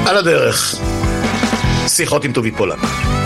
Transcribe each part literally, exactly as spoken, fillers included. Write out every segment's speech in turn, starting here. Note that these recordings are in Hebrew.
על הדרך, שיחות עם טובי פולק.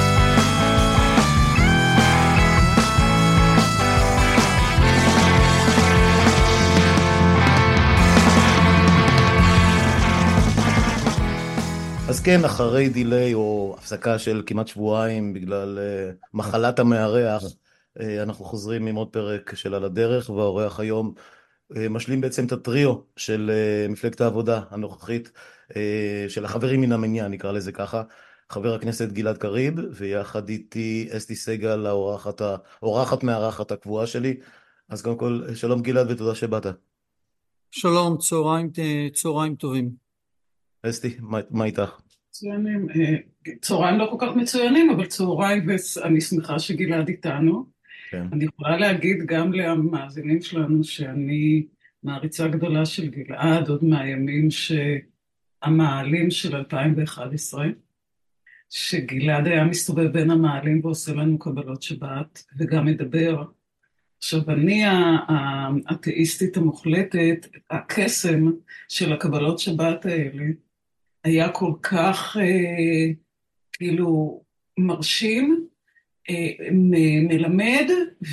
אז כן, אחרי דילי או הפסקה של כמעט שבועיים בגלל uh, מחלת המארח, uh, אנחנו חוזרים עם עוד פרק של על הדרך, והאורח היום uh, משלים בעצם את הטריו של uh, מפלגת העבודה הנוכחית, uh, של החברים מן המניין, נקרא לזה ככה, חבר הכנסת גלעד קריב, ויחד איתי אסתי סגל, האורחת, האורחת מארחת הקבועה שלי. אז קודם כל, שלום גלעד ותודה שבאת. שלום, צהריים, צהריים טובים. אסתי, מה, מה איתך? מצוינים, צהריים לא כל כך מצוינים, אבל צהריים ואני שמחה שגלעד איתנו. כן. אני יכולה להגיד גם למאזינים שלנו שאני מעריצה גדולה של גלעד, עוד מהימים שהמעלים של אלפיים ואחת עשרה, שגלעד היה מסתובב בין המעלים ועושה לנו קבלות שבת, וגם מדבר. עכשיו, אני האתאיסטית המוחלטת, הקסם של הקבלות שבת האלה, היה כל כך אה, כאילו מרשים, אה, מ- מלמד,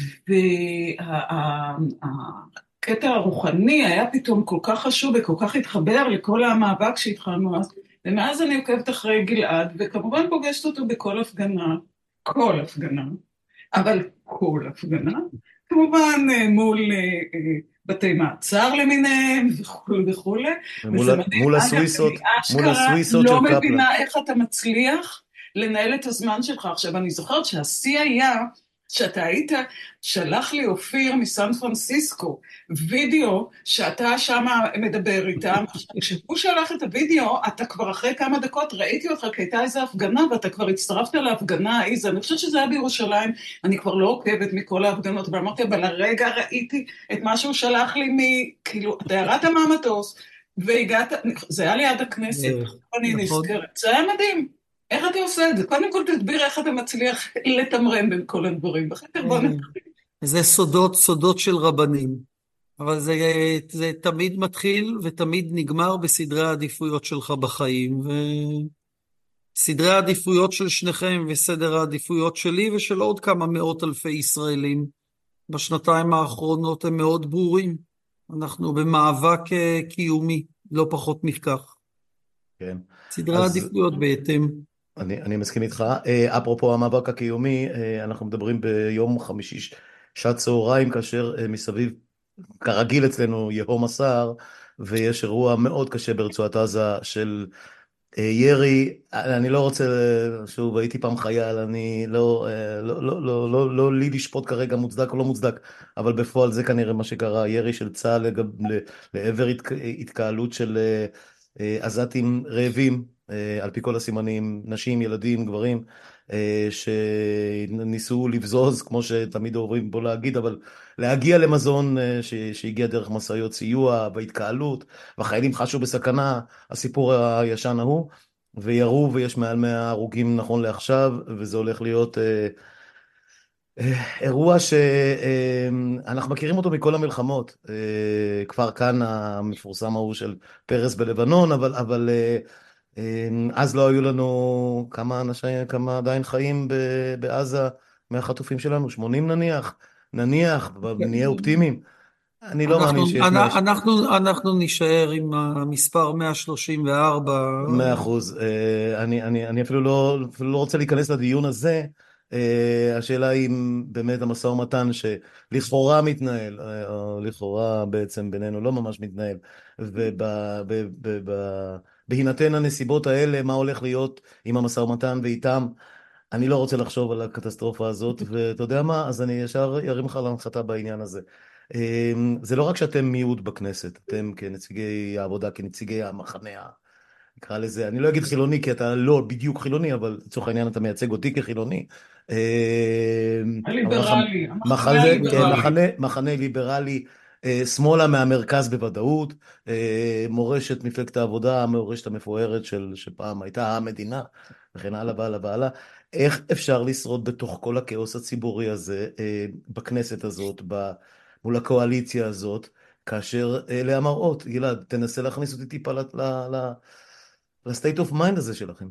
והקטע הרוחני היה פתאום כל כך חשוב וכל כך התחבר לכל המאבק שהתחלנו אז, ומאז אני עוקבת אחרי גלעד, וכמובן פוגשת אותו בכל הפגנה, כל הפגנה, אבל כל הפגנה, כמובן אה, מול אה, אה, בתי מעצר למיניהם וכו' וכו'. מול, מול הסוויסות, מול הסוויסות של לא קפלן. מבינה איך אתה מצליח לנהל את הזמן שלך. עכשיו, אני זוכרת שהשיא היה שאתה היית, שלח לי אופיר מסן פרנסיסקו, וידאו שאתה שם מדבר איתם. כשהוא שלח את הוידאו, אתה כבר אחרי כמה דקות ראיתי אותך, כי הייתה איזו הפגנה, ואתה כבר הצטרפת להפגנה איזה, אני חושבת שזה היה בירושלים, אני כבר לא עוקבת מכל ההפגנות, אבל אמרתי, אבל הרגע ראיתי את מה שהוא שלח לי, מ, כאילו, אתה ירדת מהמטוס, והגעת, זה היה ליד הכנסת, אני נזכרת, זה היה מדהים. איך אתה עושה את זה? קודם כל תדביר איך אתה מצליח לתמרן בין כל הדברים. בחקר בוא נתחיל. זה סודות, סודות של רבנים. אבל זה, זה תמיד מתחיל ותמיד נגמר בסדרי העדיפויות שלך בחיים. וסדרי העדיפויות של שניכם וסדר העדיפויות שלי ושל עוד כמה מאות אלפי ישראלים בשנתיים האחרונות הם מאוד ברורים. אנחנו במאבק קיומי, לא פחות מכך. כן. סדרי אז... העדיפויות בהתאם. אני, אני מסכים איתך. אפרופו המאבק הקיומי, אנחנו מדברים ביום חמישי שעת צהריים, כאשר מסביב, כרגיל אצלנו, יהום הסער, ויש אירוע מאוד קשה ברצועת עזה של ירי. אני לא רוצה, שוב, הייתי פעם חייל, אני לא, לא, לא, לא, לא, לא לי לשפוט כרגע מוצדק או לא מוצדק, אבל בפועל זה כנראה מה שקרה, ירי של צה"ל לגב, לעבר התקהלות של עזתים רעבים, על פי כל הסימנים, נשים, ילדים, גברים, שניסו לבזוז, כמו שתמיד אוהבים בו להגיד, אבל להגיע למזון שהגיע דרך מסעיות סיוע בהתקהלות, והחיילים חשו בסכנה, הסיפור הישן ההוא, וירו, ויש מעל מאה הרוגים נכון לעכשיו, וזה הולך להיות אירוע שאנחנו מכירים אותו מכל המלחמות, כפר כאן המפורסם ההוא של פרס בלבנון, אבל, אבל אז לא היו לנו כמה אנשים, כמה עדיין חיים בעזה מהחטופים שלנו, שמונים נניח, נניח, נהיה אופטימיים. אני לא מאמין שיש מאה... אנחנו, אנחנו נשאר עם המספר מאה שלושים וארבע. מאה אחוז. אני, אני, אני אפילו לא, אפילו לא רוצה להיכנס לדיון הזה. השאלה היא אם באמת המשא ומתן שלכאורה מתנהל, או לכאורה בעצם בינינו לא ממש מתנהל, ובהינתן הנסיבות האלה, מה הולך להיות עם המשא ומתן ואיתם, אני לא רוצה לחשוב על הקטסטרופה הזאת, ואתה יודע מה? אז אני ישר ירים לך להנחתה בעניין הזה. זה לא רק שאתם מיעוט בכנסת, אתם כנציגי העבודה, כנציגי המחנה, נקרא לזה, אני לא אגיד חילוני, כי אתה לא בדיוק חילוני, אבל לצורך העניין אתה מייצג אותי כחילוני. הליברלי, מחנה ליברלי, שמאלה מהמרכז בוודאות, מורשת מפלגת העבודה, המורשת המפוארת של שפעם הייתה המדינה, וכן הלאה והלאה והלאה. איך אפשר לשרוד בתוך כל הכאוס הציבורי הזה, בכנסת הזאת, מול הקואליציה הזאת, כאשר אלה המראות? גלעד, תנסה להכניס אותי טיפה ל... ל-state of mind הזה שלכם.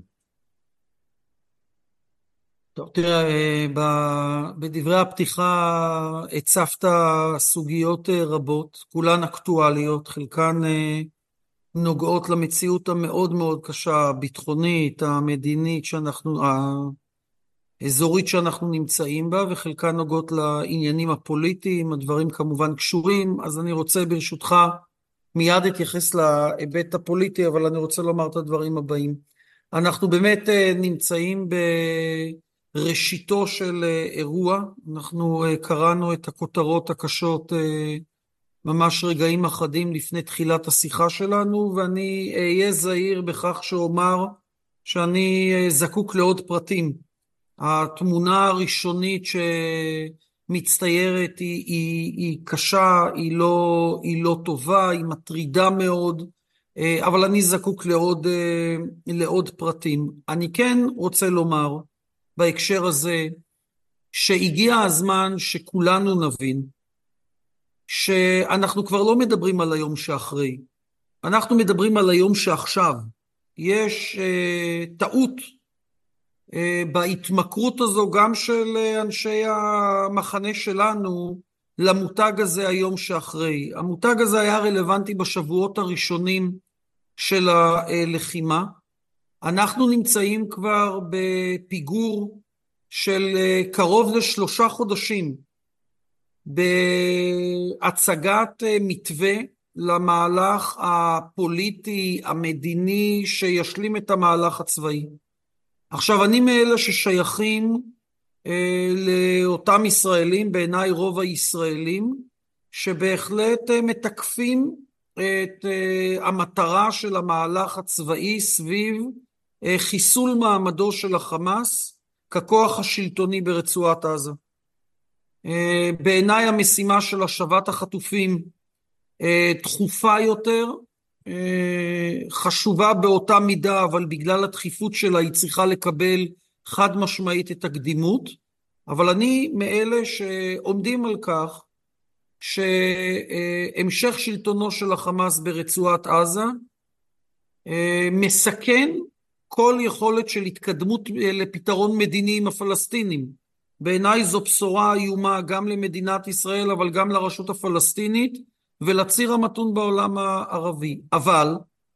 טוב, תראה, ב- בדברי הפתיחה הצפת סוגיות רבות, כולן אקטואליות, חלקן אה, נוגעות למציאות המאוד מאוד קשה, הביטחונית, המדינית שאנחנו, האזורית שאנחנו נמצאים בה, וחלקן נוגעות לעניינים הפוליטיים, הדברים כמובן קשורים, אז אני רוצה ברשותך מיד אתייחס להיבט הפוליטי, אבל אני רוצה לומר את הדברים הבאים. אנחנו באמת אה, נמצאים בראשיתו של אה, אירוע, אנחנו אה, קראנו את הכותרות הקשות אה, ממש רגעים אחדים לפני תחילת השיחה שלנו, ואני אהיה זהיר בכך שאומר שאני אה, זקוק לעוד פרטים. התמונה הראשונית שמצטיירת היא, היא, היא קשה, היא לא, היא לא טובה, היא מטרידה מאוד, אה, אבל אני זקוק לעוד, אה, לעוד פרטים. אני כן רוצה לומר בהקשר הזה שהגיע הזמן שכולנו נבין שאנחנו כבר לא מדברים על היום שאחרי, אנחנו מדברים על היום שעכשיו. יש אה, טעות אה, בהתמכרות הזו גם של אה, אנשי המחנה שלנו למותג הזה היום שאחרי. המותג הזה היה רלוונטי בשבועות הראשונים של הלחימה. אנחנו נמצאים כבר בפיגור של אה, קרוב לשלושה חודשים בהצגת אה, מתווה למהלך הפוליטי, המדיני, שישלים את המהלך הצבאי. עכשיו, אני מאלה ששייכים אה, לאותם ישראלים, בעיניי רוב הישראלים, שבהחלט אה, מתקפים את אה, המטרה של המהלך הצבאי סביב אה, חיסול מעמדו של החמאס ככוח השלטוני ברצועת עזה. אה, בעיניי המשימה של השבת החטופים אה, דחופה יותר, חשובה באותה מידה, אבל בגלל הדחיפות שלה היא צריכה לקבל חד משמעית את הקדימות. אבל אני מאלה שעומדים על כך שהמשך שלטונו של החמאס ברצועת עזה מסכן כל יכולת של התקדמות לפתרון מדיני עם הפלסטינים. בעיניי זו בשורה איומה גם למדינת ישראל, אבל גם לרשות הפלסטינית, ולציר המתון בעולם הערבי. אבל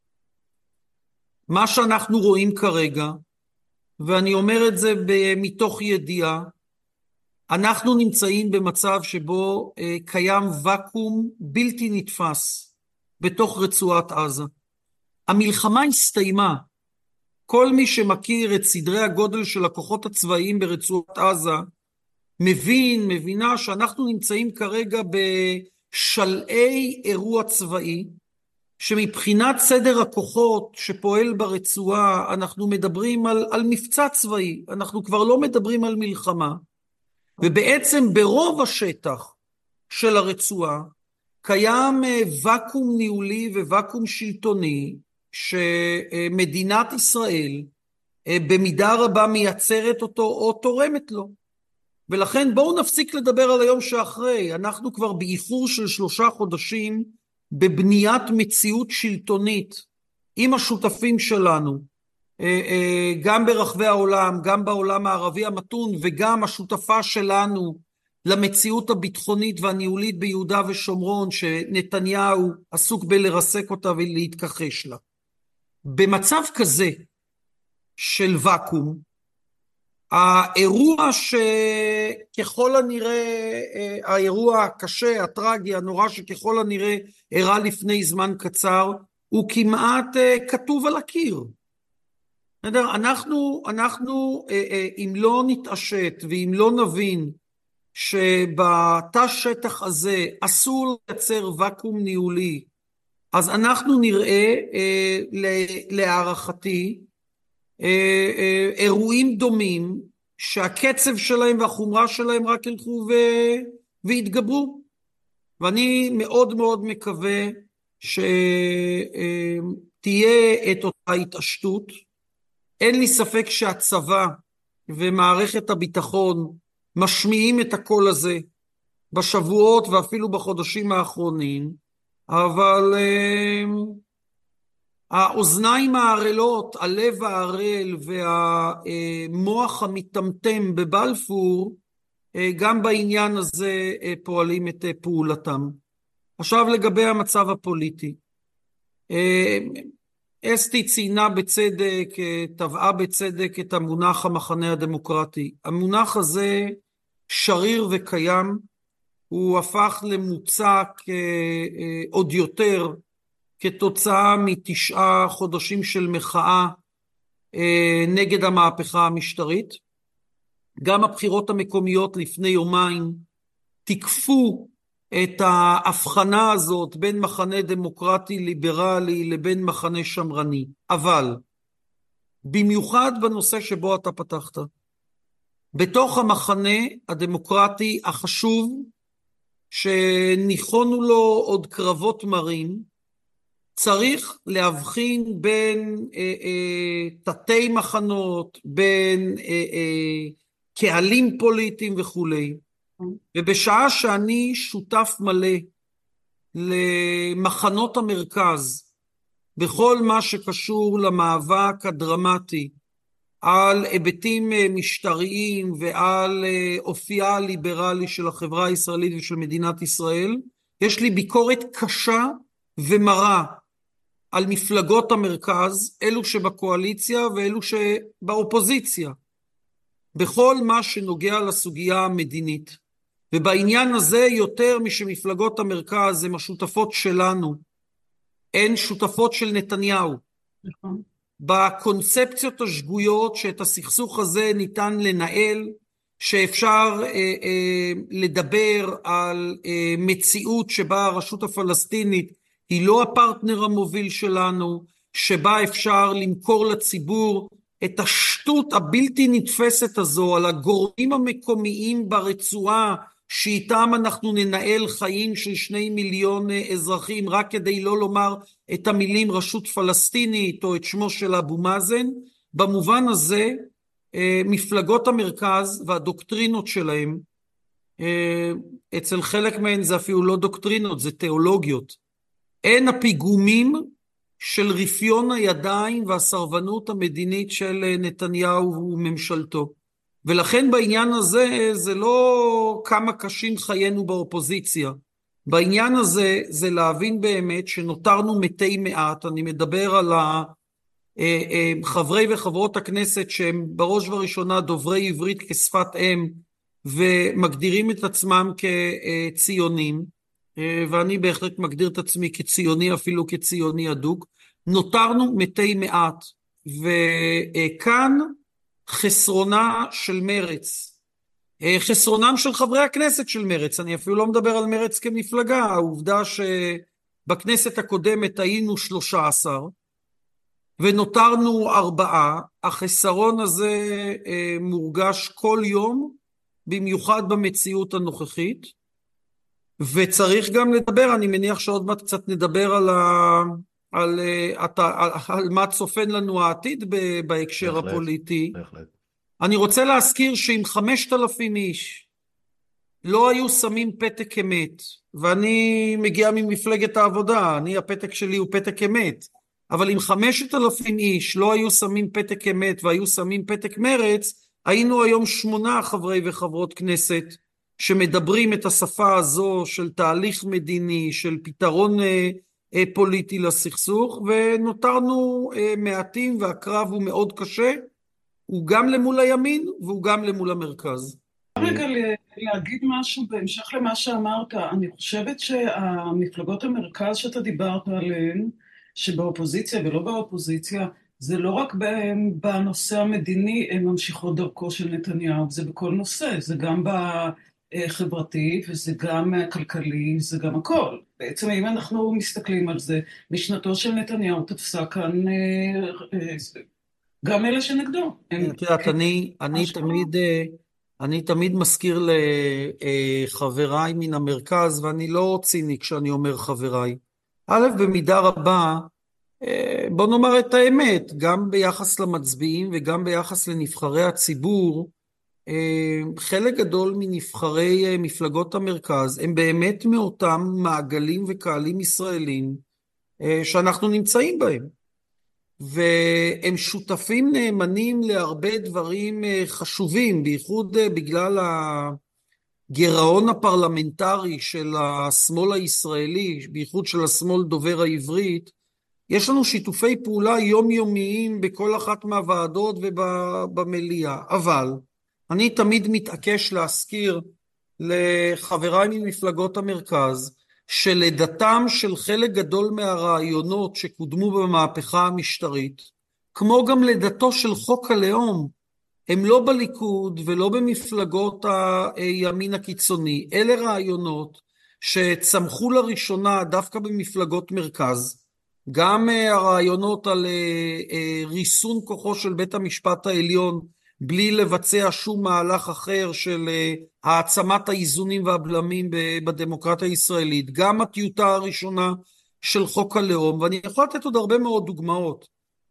מה שאנחנו רואים כרגע, ואני אומר את זה מתוך ידיעה, אנחנו נמצאים במצב שבו אה, קיים וקום בלתי נתפס בתוך רצועת עזה. המלחמה הסתיימה. כל מי שמכיר את סדרי הגודל של הכוחות הצבאיים ברצועת עזה, מבין, מבינה שאנחנו נמצאים כרגע ב... שלעי אירוע צבאי, שמבחינת סדר הכוחות שפועל ברצועה, אנחנו מדברים על, על מבצע צבאי, אנחנו כבר לא מדברים על מלחמה, ובעצם ברוב השטח של הרצועה, קיים וקום ניהולי ווקום שלטוני, שמדינת ישראל במידה רבה מייצרת אותו או תורמת לו. ולכן בואו נפסיק לדבר על היום שאחרי. אנחנו כבר באיחור של שלושה חודשים בבניית מציאות שלטונית עם השותפים שלנו, גם ברחבי העולם, גם בעולם הערבי המתון, וגם השותפה שלנו למציאות הביטחונית והניהולית ביהודה ושומרון, שנתניהו עסוק בלרסק אותה ולהתכחש לה. במצב כזה של וקום, האירוע שככל הנראה, האירוע הקשה, הטרגי, הנורא שככל הנראה אירע לפני זמן קצר, הוא כמעט כתוב על הקיר. אנחנו, אנחנו, אם לא נתעשת ואם לא נבין שבתא שטח הזה אסור לייצר וקום ניהולי, אז אנחנו נראה, להערכתי, אירועים דומים שהקצב שלהם והחומרה שלהם רק ילכו ו... והתגברו. ואני מאוד מאוד מקווה שתהיה את אותה התעשתות. אין לי ספק שהצבא ומערכת הביטחון משמיעים את הקול הזה בשבועות ואפילו בחודשים האחרונים, אבל האוזניים הערלות, הלב הערל והמוח המטמטם בבלפור, גם בעניין הזה פועלים את פעולתם. עכשיו לגבי המצב הפוליטי. אסתי ציינה בצדק, טבעה בצדק את המונח המחנה הדמוקרטי. המונח הזה שריר וקיים, הוא הפך למוצק עוד יותר כתוצאה מתשעה חודשים של מחאה נגד המהפכה המשטרית. גם הבחירות המקומיות לפני יומיים תקפו את ההבחנה הזאת בין מחנה דמוקרטי ליברלי לבין מחנה שמרני. אבל במיוחד בנושא שבו אתה פתחת, בתוך המחנה הדמוקרטי החשוב, שניחונו לו עוד קרבות מרים, צריך להבחין בין אה, אה, תתי מחנות, בין אה, אה, קהלים פוליטיים וכולי. ובשעה שאני שותף מלא למחנות המרכז, בכל מה שקשור למאבק הדרמטי, על היבטים משטריים ועל אופייה הליברלי של החברה הישראלית ושל מדינת ישראל, יש לי ביקורת קשה ומרה על מפלגות המרכז, אלו שבקואליציה ואלו שבאופוזיציה, בכל מה שנוגע לסוגיה המדינית. ובעניין הזה יותר משמפלגות המרכז הן השותפות שלנו, הן שותפות של נתניהו. נכון. בקונספציות השגויות שאת הסכסוך הזה ניתן לנהל, שאפשר אה, אה, לדבר על אה, מציאות שבה הרשות הפלסטינית היא לא הפרטנר המוביל שלנו, שבה אפשר למכור לציבור את השטות הבלתי נתפסת הזו על הגורמים המקומיים ברצועה, שאיתם אנחנו ננהל חיים של שני מיליון אזרחים, רק כדי לא לומר את המילים רשות פלסטינית או את שמו של אבו מאזן. במובן הזה, מפלגות המרכז והדוקטרינות שלהם, אצל חלק מהן זה אפילו לא דוקטרינות, זה תיאולוגיות. הן הפיגומים של רפיון הידיים והסרבנות המדינית של נתניהו וממשלתו. ולכן בעניין הזה זה לא כמה קשים חיינו באופוזיציה. בעניין הזה זה להבין באמת שנותרנו מתי מעט. אני מדבר על חברי וחברות הכנסת שהם בראש ובראשונה דוברי עברית כשפת אם ומגדירים את עצמם כציונים, ואני בהחלט מגדיר את עצמי כציוני, אפילו כציוני אדוק. נותרנו מתי מעט, וכאן חסרונה של מרץ, חסרונם של חברי הכנסת של מרץ. אני אפילו לא מדבר על מרץ כמפלגה, העובדה שבכנסת הקודמת היינו שלושה עשר ונותרנו ארבעה, החסרון הזה מורגש כל יום, במיוחד במציאות הנוכחית, וצריך גם לדבר, אני מניח שעוד מעט קצת נדבר על ה... על, על, על, על מה צופן לנו העתיד בהקשר בהחלט, הפוליטי. בהחלט. אני רוצה להזכיר שאם חמשת אלפים איש לא היו שמים פתק אמת, ואני מגיע ממפלגת העבודה, אני הפתק שלי הוא פתק אמת, אבל אם חמשת אלפים איש לא היו שמים פתק אמת והיו שמים פתק מרץ, היינו היום שמונה חברי וחברות כנסת שמדברים את השפה הזו של תהליך מדיני, של פתרון פוליטי לסכסוך, ונותרנו מעטים, והקרב הוא מאוד קשה, הוא גם למול הימין והוא גם למול המרכז. רגע להגיד משהו בהמשך למה שאמרת. אני חושבת שהמפלגות המרכז שאתה דיברת עליהן, שבאופוזיציה ולא באופוזיציה, זה לא רק בנושא המדיני, הן ממשיכות דרכו של נתניהו, זה בכל נושא, זה גם בחברתי וזה גם כלכלי, זה גם הכל. בעצם אם אנחנו מסתכלים על זה, משנתו של נתניהו תפסה כאן גם אלה שנגדו. אני תמיד... אני תמיד מזכיר לחבריי מן המרכז, ואני לא ציני כשאני אומר חבריי. א', במידה רבה, בוא נאמר את האמת, גם ביחס למצביעים וגם ביחס לנבחרי הציבור, חלק גדול מנבחרי מפלגות המרכז, הם באמת מאותם מעגלים וקהלים ישראלים שאנחנו נמצאים בהם. והם שותפים נאמנים להרבה דברים חשובים, בייחוד בגלל הגירעון הפרלמנטרי של השמאל הישראלי, בייחוד של השמאל דובר העברית. יש לנו שיתופי פעולה יומיומיים בכל אחת מהוועדות ובמליאה, אבל אני תמיד מתעקש להזכיר לחבריי ממפלגות המרכז, שלידתם של חלק גדול מהרעיונות שקודמו במהפכה המשטרית, כמו גם לידתו של חוק הלאום, הם לא בליכוד ולא במפלגות הימין הקיצוני, אלה רעיונות שצמחו לראשונה דווקא במפלגות מרכז, גם הרעיונות על ריסון כוחו של בית המשפט העליון, בלי לבצע שום מהלך אחר של העצמת האיזונים והבלמים בדמוקרטיה הישראלית, גם הטיוטה הראשונה של חוק הלאום, ואני יכול לתת עוד הרבה מאוד דוגמאות.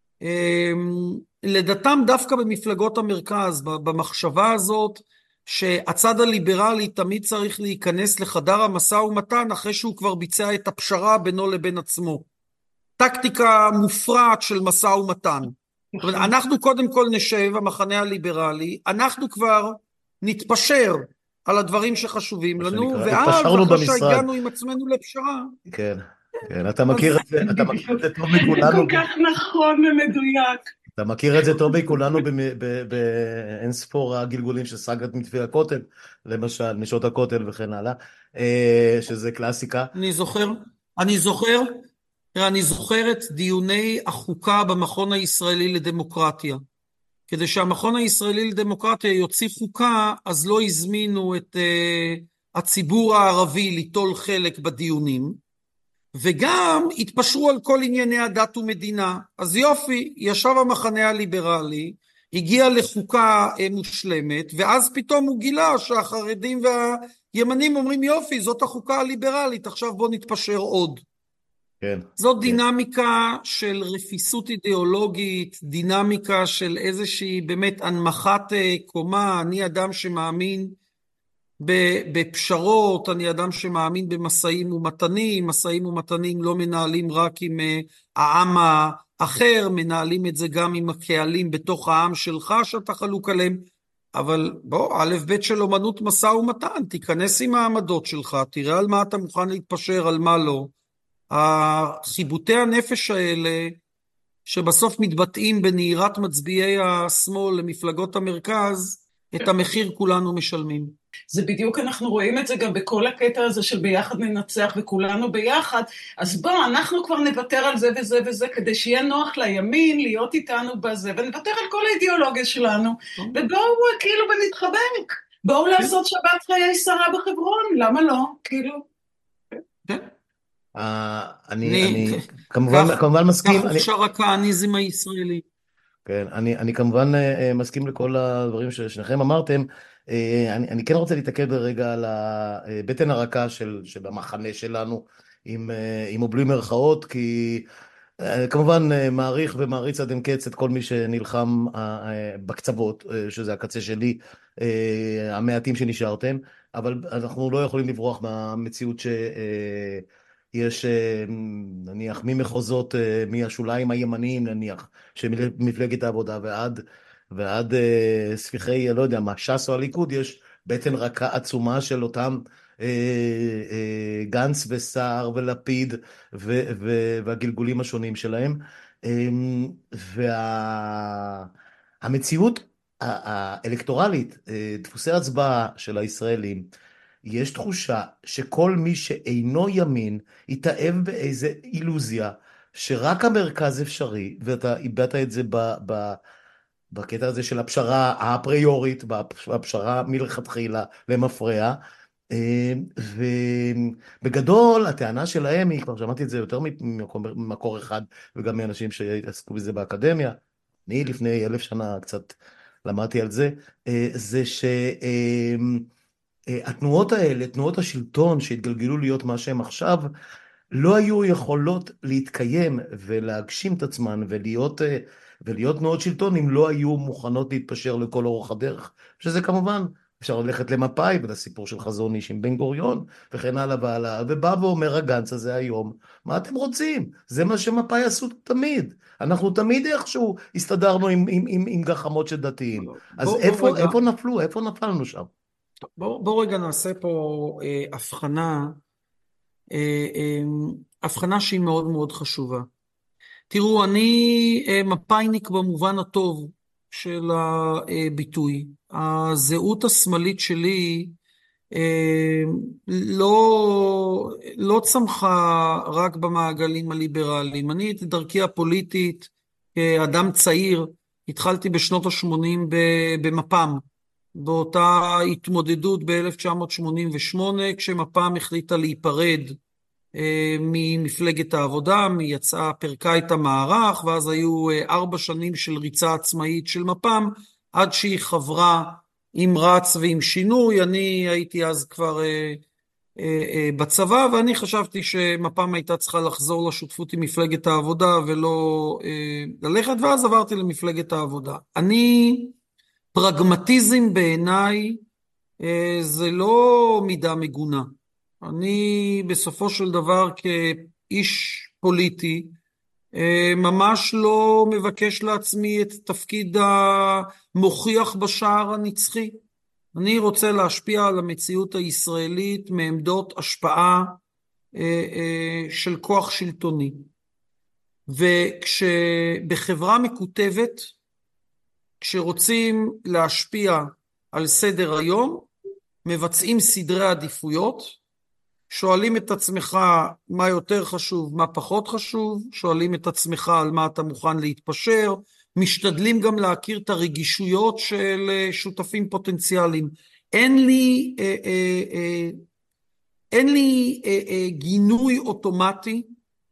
לדעתם דווקא במפלגות המרכז, במחשבה הזאת שהצד הליברלי תמיד צריך להיכנס לחדר המשא ומתן אחרי שהוא כבר ביצע את הפשרה בינו לבין עצמו. טקטיקה מופרעת של משא ומתן. אנחנו קודם כל נשב, המחנה הליברלי, אנחנו כבר נתפשר על הדברים שחשובים לנו, ואז אחרי שהגענו עם עצמנו לפשרה. כן, כן, אתה מכיר את זה, אתה מכיר את זה טוב מכולנו. כל כך נכון ומדויק. אתה מכיר את זה טוב מכולנו באין ספור הגלגולים של סאגת מתווה הכותל, למשל, נשות הכותל וכן הלאה, שזה קלאסיקה. אני זוכר, אני זוכר, אני זוכר את דיוני החוקה במכון הישראלי לדמוקרטיה. כדי שהמכון הישראלי לדמוקרטיה יוציא חוקה, אז לא הזמינו את uh, הציבור הערבי ליטול חלק בדיונים, וגם התפשרו על כל ענייני הדת ומדינה. אז יופי, ישב המחנה הליברלי, הגיע לחוקה uh, מושלמת, ואז פתאום הוא גילה שהחרדים והימנים אומרים יופי, זאת החוקה הליברלית, עכשיו בוא נתפשר עוד. כן, זאת כן. דינמיקה של רפיסות אידיאולוגית, דינמיקה של איזושהי באמת הנמכת קומה. אני אדם שמאמין בפשרות, אני אדם שמאמין במשאים ומתנים, משאים ומתנים לא מנהלים רק עם העם האחר, מנהלים את זה גם עם הקהלים בתוך העם שלך שאתה חלוק עליהם, אבל בוא, א' ב' של אומנות משא ומתן, תיכנס עם העמדות שלך, תראה על מה אתה מוכן להתפשר, על מה לא. החיבוטי הנפש האלה שבסוף מתבטאים בנהירת מצביעי השמאל למפלגות המרכז, את המחיר כולנו משלמים. זה בדיוק, אנחנו רואים את זה גם בכל הקטע הזה של ביחד ננצח וכולנו ביחד, אז בוא, אנחנו כבר נוותר על זה וזה וזה, כדי שיהיה נוח לימין להיות איתנו בזה, ונוותר על כל האידיאולוגיה שלנו, ובואו כאילו ונתחבק, בואו לעשות שבת חיי שרה בחברון, למה לא? כאילו... כן. אני כמובן מסכים. כך אפשר הכהניזם הישראלי. כן, אני כמובן מסכים לכל הדברים ששניכם אמרתם. אני כן רוצה להתעכב ברגע על הבטן הרכה של המחנה שלנו, עם או בלי מרכאות, כי כמובן מעריך ומעריץ עד אין קץ את כל מי שנלחם בקצוות, שזה הקצה שלי, המעטים שנשארתם, אבל אנחנו לא יכולים לברוח מהמציאות ש... יש נניח ממחוזות, מהשוליים הימניים נניח, שמפלגת העבודה ועד, ועד ספיחי, לא יודע מה, ש"ס או הליכוד, יש בטן רכה עצומה של אותם גנץ וסער ולפיד והגלגולים השונים שלהם. והמציאות האלקטורלית, דפוסי הצבעה של הישראלים, יש תחושה שכל מי שאינו ימין יתאהב באיזה אילוזיה שרק המרכז אפשרי, ואתה איבדת את זה ב, ב, בקטע הזה של הפשרה האפריורית, בפשרה מלכתחילה למפרע, ובגדול הטענה שלהם היא, כבר שמעתי את זה יותר ממקור אחד, וגם מאנשים שעסקו בזה באקדמיה, אני לפני אלף שנה קצת למדתי על זה, זה ש... התנועות האלה, תנועות השלטון שהתגלגלו להיות מה שהם עכשיו, לא היו יכולות להתקיים ולהגשים את עצמן ולהיות, ולהיות תנועות שלטון אם לא היו מוכנות להתפשר לכל אורך הדרך, שזה כמובן אפשר ללכת למפא"י ולסיפור של חזון איש עם בן גוריון וכן הלאה והלאה, ובא ואומר הגנץ הזה היום, מה אתם רוצים? זה מה שמפא"י עשו תמיד. אנחנו תמיד איכשהו הסתדרנו עם, עם, עם, עם גחמות של דתיים. אז בוא, בוא איפה, רגע, איפה נפלו? איפה נפלנו שם? בוא, בוא רגע נעשה פה אה, הבחנה, אה, אה, הבחנה שהיא מאוד מאוד חשובה. תראו, אני אה, מפאיניק במובן הטוב של הביטוי. הזהות השמאלית שלי אה, לא, לא צמחה רק במעגלים הליברליים. אני את דרכי הפוליטית כאדם צעיר התחלתי בשנות ה-שמונים במפ"ם, באותה התמודדות ב-אלף תשע מאות שמונים ושמונה, כשמפ"ם החליטה להיפרד אה, ממפלגת העבודה, היא יצאה, פרקה את המערך, ואז היו אה, ארבע שנים של ריצה עצמאית של מפ"ם, עד שהיא חברה עם רץ ועם שינוי. אני הייתי אז כבר אה, אה, אה, בצבא, ואני חשבתי שמפ"ם הייתה צריכה לחזור לשותפות עם מפלגת העבודה ולא אה, ללכת, ואז עברתי למפלגת העבודה. אני, פרגמטיזם בעיניי אה, זה לא מידה מגונה. אני בסופו של דבר כאיש פוליטי אה, ממש לא מבקש לעצמי את תפקיד המוכיח בשער הנצחי. אני רוצה להשפיע על המציאות הישראלית מעמדות השפעה אה, אה, של כוח שלטוני. וכשבחברה מקוטבת, כשרוצים להשפיע על סדר היום, מבצעים סדרי עדיפויות, שואלים את עצמך מה יותר חשוב, מה פחות חשוב, שואלים את עצמך על מה אתה מוכן להתפשר, משתדלים גם להכיר את הרגישויות של שותפים פוטנציאליים. אין לי, אה, אה, אה, אין לי אה, אה, גינוי אוטומטי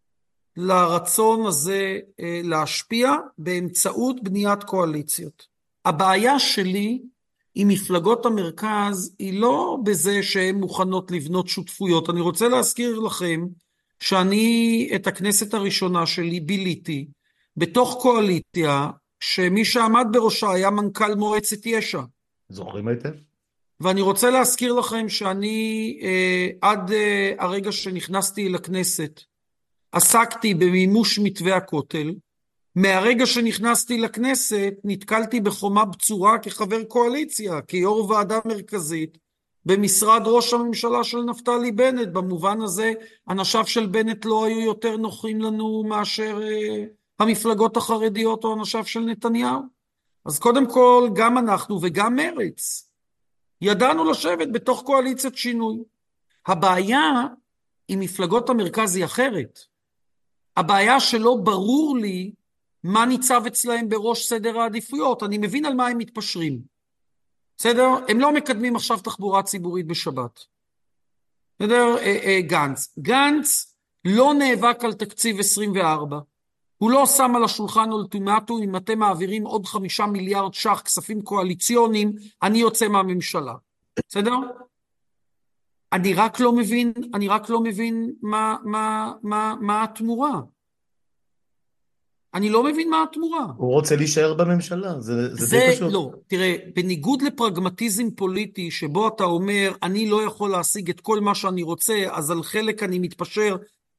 לרצון הזה אה, להשפיע באמצעות בניית קואליציות. הבעיה שלי עם מפלגות המרכז היא לא בזה שהן מוכנות לבנות שותפויות. אני רוצה להזכיר לכם שאני את הכנסת הראשונה שלי ביליתי בתוך קואליציה שמי שעמד בראשה היה מנכ"ל מועצת יש"ע. זוכרים היטב? ואני רוצה להזכיר לכם שאני אה, עד אה, הרגע שנכנסתי לכנסת עסקתי במימוש מתווה הכותל. מהרגע שנכנסתי לכנסת נתקלתי בחומה בצורה כחבר קואליציה, כיו"ר ועדה מרכזית במשרד ראש הממשלה של נפתלי בנט. במובן הזה אנשיו של בנט לא היו יותר נוחים לנו מאשר אה, המפלגות החרדיות או אנשיו של נתניהו. אז קודם כל גם אנחנו וגם מרץ ידענו לשבת בתוך קואליציית שינוי. הבעיה עם מפלגות המרכז היא אחרת. הבעיה שלא ברור לי מה ניצב אצלהם בראש סדר העדיפויות. אני מבין על מה הם מתפשרים. בסדר? הם לא מקדמים עכשיו תחבורה ציבורית בשבת. בסדר? אה, אה, גנץ. גנץ לא נאבק על תקציב עשרים וארבע. הוא לא שם על השולחן אולטימטום, אם אתם מעבירים עוד חמישה מיליארד ש"ח כספים קואליציוניים, אני יוצא מהממשלה. בסדר? אני רק לא מבין, אני רק לא מבין מה, מה, מה, מה התמורה. אני לא מבין מה התמורה. הוא רוצה להישאר בממשלה, זה, זה, זה די פשוט. לא, תראה, בניגוד לפרגמטיזם פוליטי, שבו אתה אומר, אני לא יכול להשיג את כל מה שאני רוצה, אז על חלק אני מתפשר,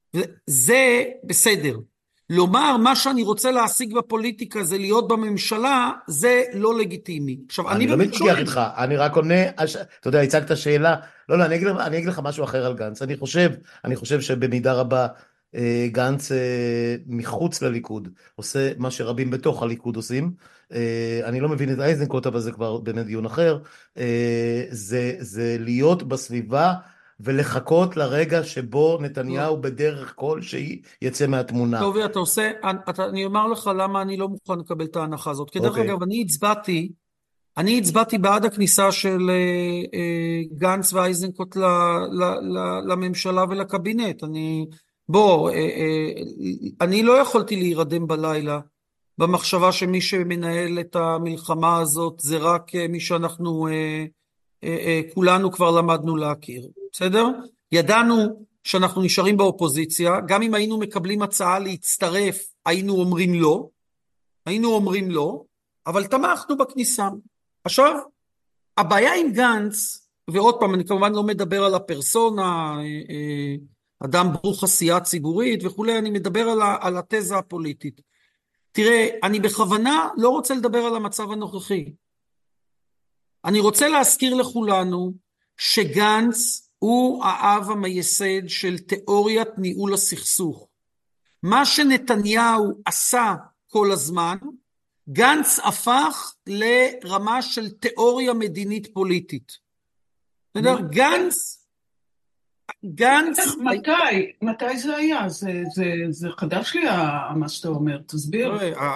זה בסדר. לומר, מה שאני רוצה להשיג בפוליטיקה זה להיות בממשלה, זה לא לגיטימי. עכשיו, אני אני לא באמת מתווכח שואל. איתך, אני רק עונה, הש- אתה יודע, הצגת שאלה, לא, לא, אני אגיד, לך- אני אגיד לך משהו אחר על גנץ. אני חושב, אני חושב שבמידה רבה אה, גנץ אה, מחוץ לליכוד עושה מה שרבים בתוך הליכוד עושים. אה, אני לא מבין את איזנקוט, אבל זה כבר באמת דיון אחר. אה, זה, זה להיות בסביבה ולחכות לרגע שבו נתניהו בדרך כלשהי יצא מהתמונה. טוב, אתה עושה, אתה, אני אומר לך למה אני לא מוכן לקבל את ההנחה הזאת. כי דרך אוקיי. אגב, אני הצבעתי, אני הצבעתי בעד הכניסה של אה, אה, גנץ ואיזנקוט ל, ל, ל, לממשלה ולקבינט. אני, בוא, אה, אה, אני לא יכולתי להירדם בלילה במחשבה שמי שמנהל את המלחמה הזאת זה רק אה, מי שאנחנו אה, אה, אה, כולנו כבר למדנו להכיר. בסדר? ידענו שאנחנו נשארים באופוזיציה, גם אם היינו מקבלים הצעה להצטרף, היינו אומרים לא, היינו אומרים לא, אבל תמכנו בכניסה. עכשיו, הבעיה עם גנץ, ועוד פעם, אני כמובן לא מדבר על הפרסונה, אדם ברוך עשייה ציבורית וכולי, אני מדבר על, ה, על התזה הפוליטית. תראה, אני בכוונה לא רוצה לדבר על המצב הנוכחי. אני רוצה להזכיר לכולנו שגנץ הוא האב המייסד של תיאוריית ניהול הסכסוך. מה שנתניהו עשה כל הזמן, גנץ הפך לרמה של תיאוריה מדינית פוליטית. בסדר? גנץ, גנץ... מתי? מתי זה היה? זה, זה, זה חדש לי מה שאתה אומר, תסביר.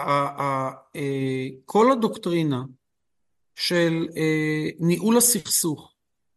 כל הדוקטרינה של ניהול הסכסוך,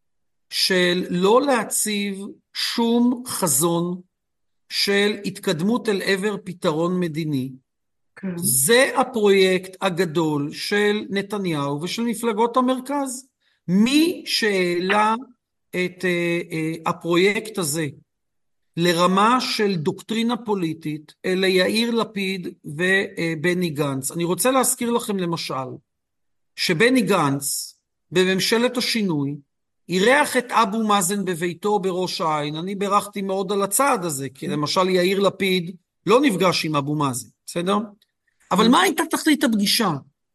של לא להציב שום חזון של התקדמות אל עבר פתרון מדיני, כן. זה הפרויקט הגדול של נתניהו ושל מפלגות המרכז. מי שהעלה את uh, uh, הפרויקט הזה לרמה של דוקטרינה פוליטית, אלה יאיר לפיד ובני גנץ. אני רוצה להזכיר לכם למשל, שבני גנץ בממשלת השינוי, אירח את אבו מאזן בביתו בראש העין. אני בירכתי מאוד על הצעד הזה, כי למשל יאיר לפיד לא נפגש עם אבו מאזן, בסדר? אבל מה הייתה תכלית הפגישה?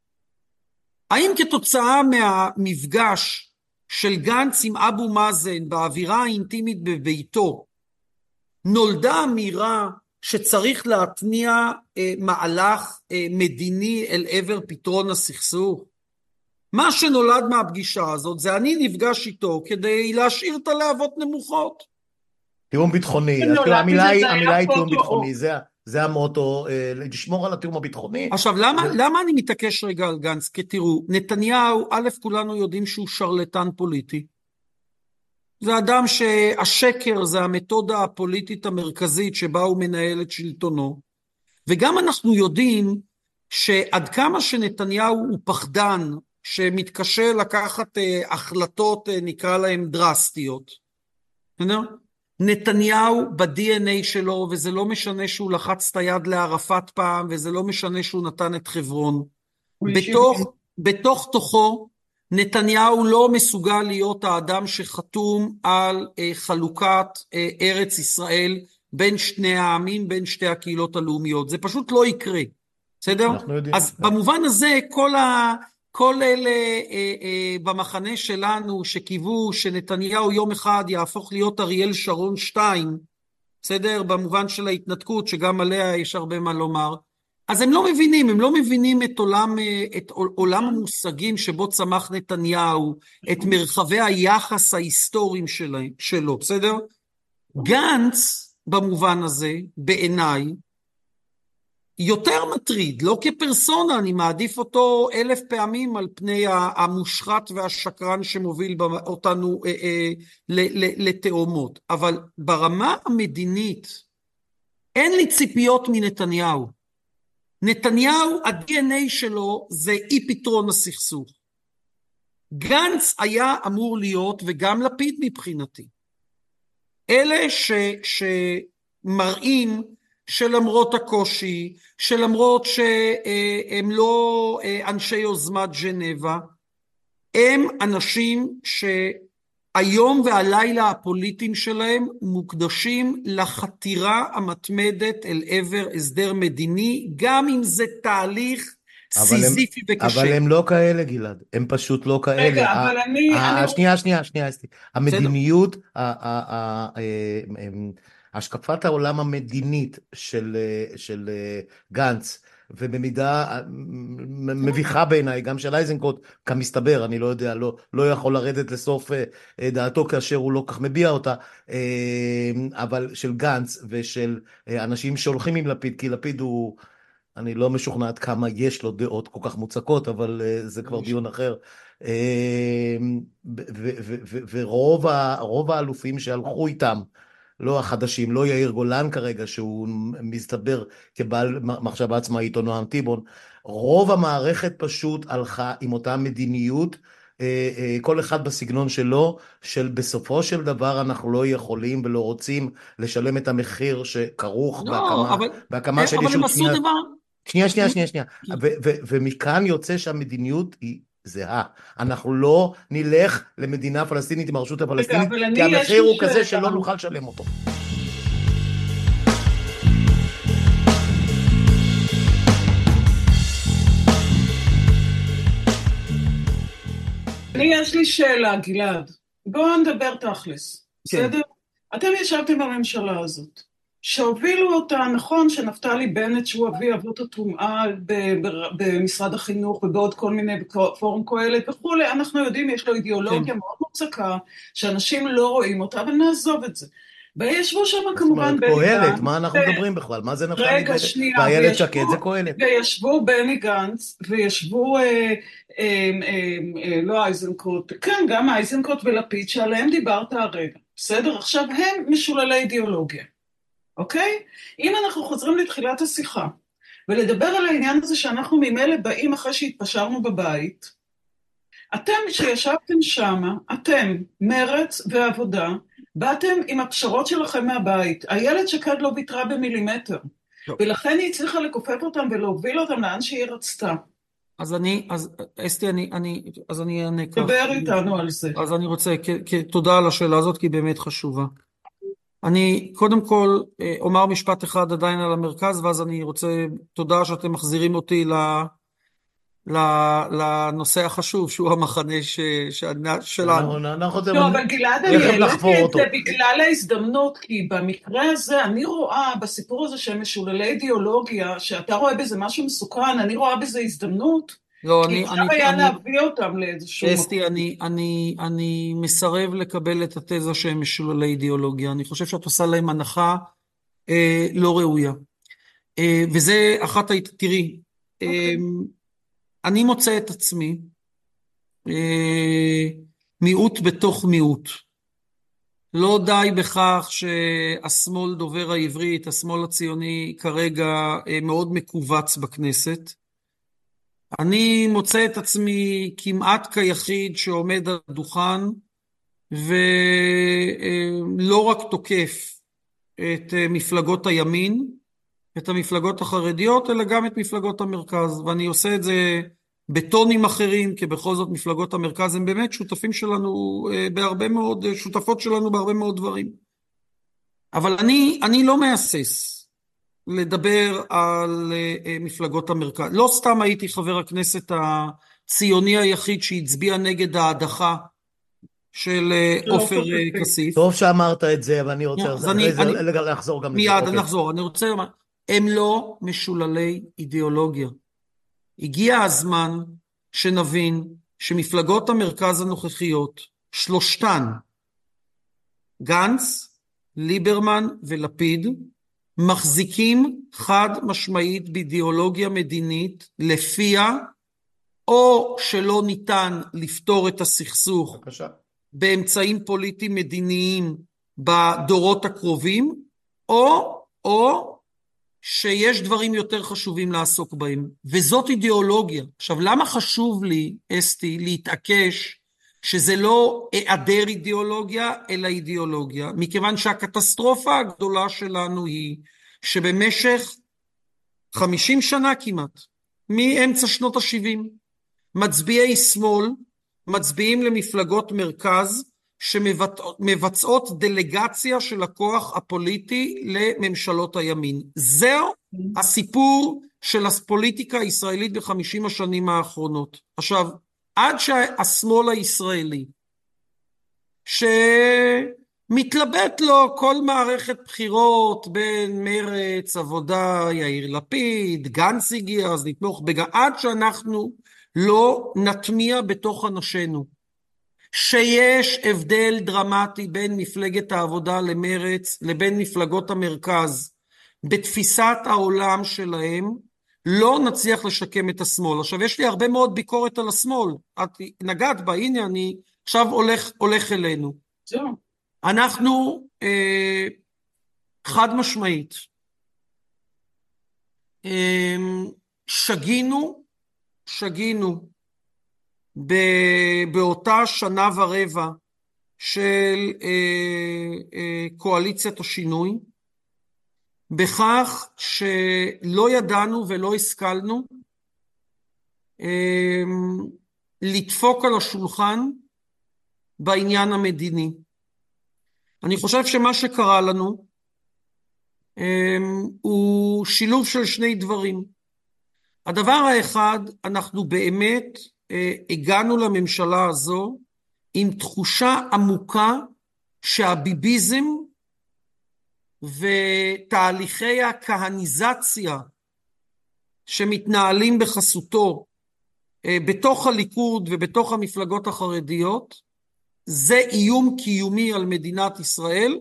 האם כתוצאה מהמפגש של גנץ עם אבו מאזן באווירה האינטימית בביתו, נולדה אמירה שצריך להתניע אה, מהלך אה, מדיני אל עבר פתרון הסכסוך? מה שנולד מהפגישה הזאת זה אני נפגש איתו כדי להשאיר את הלהבות נמוכות. תיאום ביטחוני, המילה היא תיאום ביטחוני, זה זה המוטו, לשמור על התיאום הביטחוני. עכשיו, למה, למה אני מתעקש רגע על גנץ? כי תראו, נתניהו, א', כולנו יודעים שהוא שרלטן פוליטי. זה אדם שהשקר זה המתודה הפוליטית המרכזית שבה הוא מנהל את שלטונו. וגם אנחנו יודעים שעד כמה שנתניהו הוא פחדן, שמתקשה לקחת החלטות, נקרא להם דרסטיות. בסדר? נתניהו ב-די אן איי שלו, וזה לא משנה שהוא לחץ את היד לערפאת פעם, וזה לא משנה שהוא נתן את חברון. בתוך, בתוך תוכו, נתניהו לא מסוגל להיות האדם שחתום על אה, חלוקת אה, ארץ ישראל, בין שני העמים, בין שתי הקהילות הלאומיות. זה פשוט לא יקרה. בסדר? אז במובן הזה, כל ה... כל אלה אה, אה, במחנה שלנו שקיוו שנתניהו יום אחד יהפוך להיות אריאל שרון שתיים, בסדר? במובן של ההתנתקות, שגם עליה יש הרבה מה לומר, אז הם לא מבינים, הם לא מבינים את עולם, את עולם המושגים שבו צמח נתניהו, את מרחבי היחס ההיסטוריים שלהם, שלו, בסדר? גנץ, במובן הזה, בעיניי, יותר מטריד, לא כפרסונה, אני מעדיף אותו אלף פעמים על פני המושחת והשקרן שמוביל אותנו אה, אה, לתאומות. אבל ברמה המדינית, אין לי ציפיות מנתניהו. נתניהו, ה-די אן איי שלו זה אי פתרון הסכסוך. גנץ היה אמור להיות, וגם לפיד מבחינתי, אלה ש, שמראים שלמרות הקושי, שלמרות שהם לא אנשי יוזמת ז'נבה, הם אנשים שהיום והלילה הפוליטיים שלהם מוקדשים לחתירה המתמדת אל עבר הסדר מדיני, גם אם זה תהליך סיזיפי וקשה. אבל הם לא כאלה, גלעד, הם פשוט לא כאלה. רגע, אבל אני... שנייה, שנייה, שנייה, המדיניות, השקפת העולם המדינית של, של גנץ, ובמידה מביכה בעיניי, גם של אייזנקוט, כמסתבר, אני לא יודע, לא, לא יכול לרדת לסוף דעתו כאשר הוא לא כך מביע אותה, אבל של גנץ ושל אנשים שהולכים עם לפיד, כי לפיד הוא, אני לא משוכנעת כמה יש לו דעות כל כך מוצקות, אבל זה כבר דיון אחר. ורוב האלופים שהלכו איתם, לא החדשים, לא יאיר גולן כרגע, שהוא מסתבר כבעל מחשבה עצמאית, או נועם טיבון, רוב המערכת פשוט הלכה עם אותה מדיניות, כל אחד בסגנון שלו, של בסופו של דבר אנחנו לא יכולים ולא רוצים לשלם את המחיר שכרוך לא, בהקמה, אבל, בהקמה אבל של הם ישות עשו שנייה. דבר... שנייה, שנייה, שנייה, שנייה. ו- ו- ו- ומכאן יוצא שהמדיניות היא זהה. אנחנו לא נלך למדינה פלסטינית עם הרשות רגע, הפלסטינית, אבל אני כי יש המחיר לי הוא כזה שאלה. שלא נוכל לשלם אותו. אני יש לי שאלה, גלעד. בואו נדבר תכלס, כן. בסדר? אתם ישבתם בממשלה הזאת, שהובילו אותה, נכון שנפתלי בנט, שהוא אבי אבות הטומאה ב- ב- במשרד החינוך ובעוד כל מיני פורום קהלת וכולי, אנחנו יודעים, יש לו אידיאולוגיה כן. מאוד מוצקה, שאנשים לא רואים אותה, אבל נעזוב את זה. וישבו שם זאת כמובן אומרת, בני קהלת, גנץ, מה אנחנו מדברים בכלל? מה זה נפתלי רגע, בנט? שנייה, ואיילת שקד וישבו, זה קהלת. וישבו בני גנץ, וישבו, אה, אה, אה, אה, לא אייזנקוט, כן, גם אייזנקוט ולפיד, שעליהם דיברת הרגע, בסדר? עכשיו, הם משוללי אידיאולוגיה, אוקיי? אם אנחנו חוזרים לתחילת השיחה, ולדבר על העניין הזה שאנחנו ממילא באים אחרי שהתפשרנו בבית, אתם שישבתם שמה, אתם, מרץ ועבודה, באתם עם הפשרות שלכם מהבית. איילת שקד לא ויתרה במילימטר, טוב. ולכן היא הצליחה לכופף אותם ולהוביל אותם לאן שהיא רצתה. אז אני, אז אסתי, אני, אני, אז אני אענה כך. דבר איתנו על זה. אז אני רוצה, כ, כ, תודה על השאלה הזאת, כי היא באמת חשובה. אני קודם כל אה, אומר משפט אחד עדיין על המרכז, ואז אני רוצה, תודה שאתם מחזירים אותי ל, ל, לנושא החשוב, שהוא המחנה ש, ש, שלנו. אנחנו, אנחנו, לא, אבל גלעד, אני תכף העליתי נחפור את אותו. זה בגלל ההזדמנות, כי במקרה הזה אני רואה בסיפור הזה שהם משוללי אידיאולוגיה, שאתה רואה בזה משהו מסוכן, אני רואה בזה הזדמנות, לא, כי אני, אפשר אני, היה אני, להביא אותם לאיזשהו מקום. אסתי, אני, אני, אני מסרב לקבל את התזה שהם משוללי אידיאולוגיה. אני חושב שאת עושה להם הנחה אה, לא ראויה. אה, וזה אחת, ה- תראי, אה, אוקיי. אני מוצא את עצמי אה, מיעוט בתוך מיעוט. לא די בכך שהשמאל דובר העברית, השמאל הציוני כרגע אה, מאוד מקובץ בכנסת. אני מוצא את עצמי כמעט כיחיד שעומד על הדוכן ולא רק תוקף את מפלגות הימין, את המפלגות החרדיות, אלא גם את מפלגות המרכז, ואני עושה את זה בטונים אחרים, כי בכל זאת מפלגות המרכז הם באמת שותפים שלנו בהרבה מאוד, שותפות שלנו בהרבה מאוד דברים. אבל אני, אני לא מהסס לדבר על מפלגות המרכז. לא סתם הייתי חבר הכנסת הציוני היחיד שהצביע נגד ההדחה של עופר כסיף. טוב שאמרת את זה, אבל אני רוצה אז אני, אחרי אני, זה לחזור גם לזה. מיד אוקיי. נחזור. אני רוצה לומר, הם לא משוללי אידיאולוגיה. הגיע הזמן שנבין שמפלגות המרכז הנוכחיות, שלושתן, גנץ, ליברמן ולפיד, מחזיקים חד משמעית באידיאולוגיה מדינית, לפיה או שלא ניתן לפתור את הסכסוך בבקשה. באמצעים פוליטיים מדיניים בדורות הקרובים, או, או שיש דברים יותר חשובים לעסוק בהם. וזאת אידיאולוגיה. עכשיו, למה חשוב לי, אסתי, להתעקש שזה לא היעדר אידיאולוגיה, אלא אידיאולוגיה? מכיוון שהקטסטרופה הגדולה שלנו היא שבמשך חמישים שנה כמעט, מאמצע שנות ה-שבעים, מצביעי שמאל מצביעים למפלגות מרכז שמבצעות דלגציה של הכוח הפוליטי לממשלות הימין. זהו הסיפור של הפוליטיקה הישראלית בחמישים השנים האחרונות. עכשיו, עד שהשמאל הישראלי, שמתלבט לו כל מערכת בחירות בין מרץ, עבודה, יאיר לפיד, גנץ הגיע, אז נתמוך בגנץ, עד שאנחנו לא נטמיע בתוך אנשינו שיש הבדל דרמטי בין מפלגת העבודה למרץ לבין מפלגות המרכז בתפיסת העולם שלהם, לא נצליח לשקם את השמאל. עכשיו, יש לי הרבה מאוד ביקורת על השמאל, את נגעת בה, הנה אני עכשיו הולך, הולך אלינו. זהו. אנחנו אה, חד משמעית אה, שגינו, שגינו באותה שנה ורבע של אה, אה, קואליציית השינוי, בכך שלא ידענו ולא השכלנו אה, לדפוק על השולחן בעניין המדיני. אני חושב שמה שקרה לנו הוא שילוב של שני דברים. הדבר האחד, אנחנו באמת הגענו לממשלה הזו עם תחושה עמוקה שהביביזם ותהליכי הכהניזציה שמתנהלים בחסותו בתוך הליכוד ובתוך המפלגות החרדיות, זה איום קיומי על מדינת ישראל,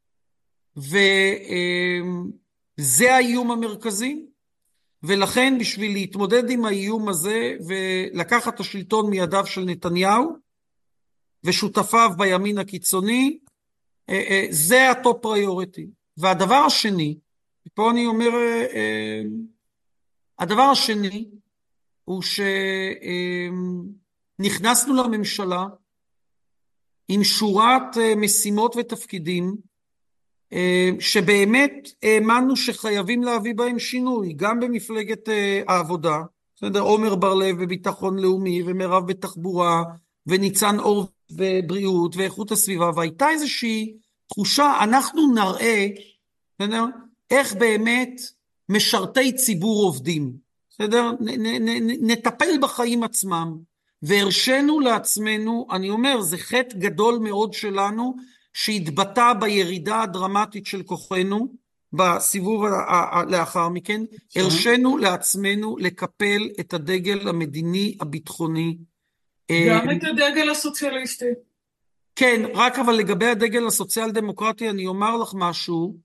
וזה האיום המרכזי, ולכן בשביל להתמודד עם האיום הזה ולקחת את השלטון מידיו של נתניהו ושותפיו בימין הקיצוני, זה הטופ פריוריטי. והדבר השני, פה אני אומר, הדבר השני הוא שנכנסנו לממשלה עם שורת משימות ותפקידים שבאמת האמנו שחייבים להביא בהם שינוי, גם במפלגת העבודה, בסדר? עומר בר-לב בביטחון לאומי ומרב בתחבורה וניצן אור בבריאות ואיכות הסביבה, והייתה איזושהי תחושה, אנחנו נראה, בסדר? איך באמת משרתי ציבור עובדים, בסדר? נ, נ, נ, נטפל בחיים עצמם, והרשנו לעצמנו, אני אומר, זה חטא גדול מאוד שלנו, שהתבטא בירידה הדרמטית של כוחנו, בסיבוב לאחר מכן, הרשנו לעצמנו לקפל את הדגל המדיני הביטחוני. גם את הדגל הסוציאליסטי. כן, רק אבל לגבי הדגל הסוציאל דמוקרטי, אני אומר לך משהו,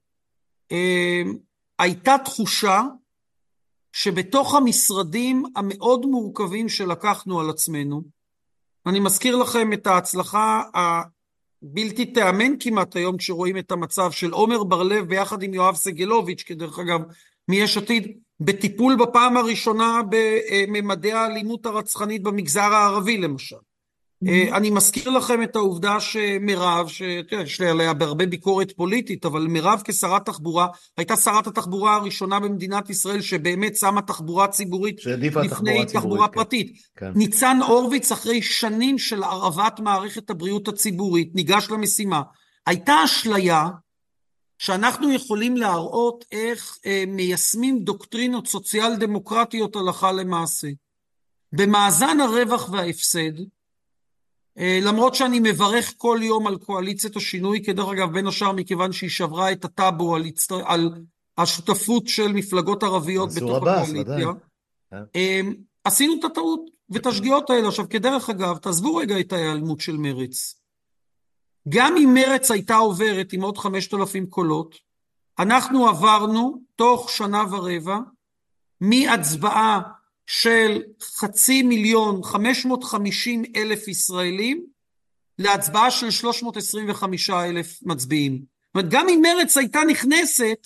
הייתה תחושה, שבתוך המשרדים המאוד מורכבים שלקחנו על עצמנו, אני מזכיר לכם את ההצלחה הבלתי תאמן כמעט היום, כשרואים את המצב של עומר בר-לב ביחד עם יואב סגלוביץ', כדרך אגב מיש עתיד, בטיפול בפעם הראשונה בממדי האלימות הרצחנית במגזר הערבי למשל. אני מזכיר לכם את העובדה שמרב, שיש עליה בהרבה ביקורת פוליטית, אבל מרב כשרת תחבורה, הייתה שרת התחבורה הראשונה במדינת ישראל שבאמת שמה תחבורה ציבורית לפני תחבורה פרטית. ניצן הורוביץ אחרי שנים של ערבת מערכת הבריאות הציבורית, ניגש למשימה. הייתה אשליה שאנחנו יכולים להראות איך מיישמים דוקטרינות סוציאל דמוקרטיות הלכה למעשה. במאזן הרווח וההפסד, למרות שאני מברך כל יום על קואליציית השינוי, כדרך אגב בין השאר מכיוון שהיא שברה את הטאבו על, הצטר... על השותפות של מפלגות ערביות בתוך הקואליציה. עשינו את הטעות ואת השגיאות האלה. עכשיו כדרך אגב, תעזבו רגע את ההיעלמות של מרץ. גם אם מרץ הייתה עוברת עם עוד חמשת אלפים קולות, אנחנו עברנו תוך שנה ורבע מהצבעה של חצי מיליון, חמש מאות וחמישים אלף ישראלים, להצבעה של שלוש מאות עשרים וחמישה אלף מצביעים. זאת אומרת, גם אם מרץ הייתה נכנסת,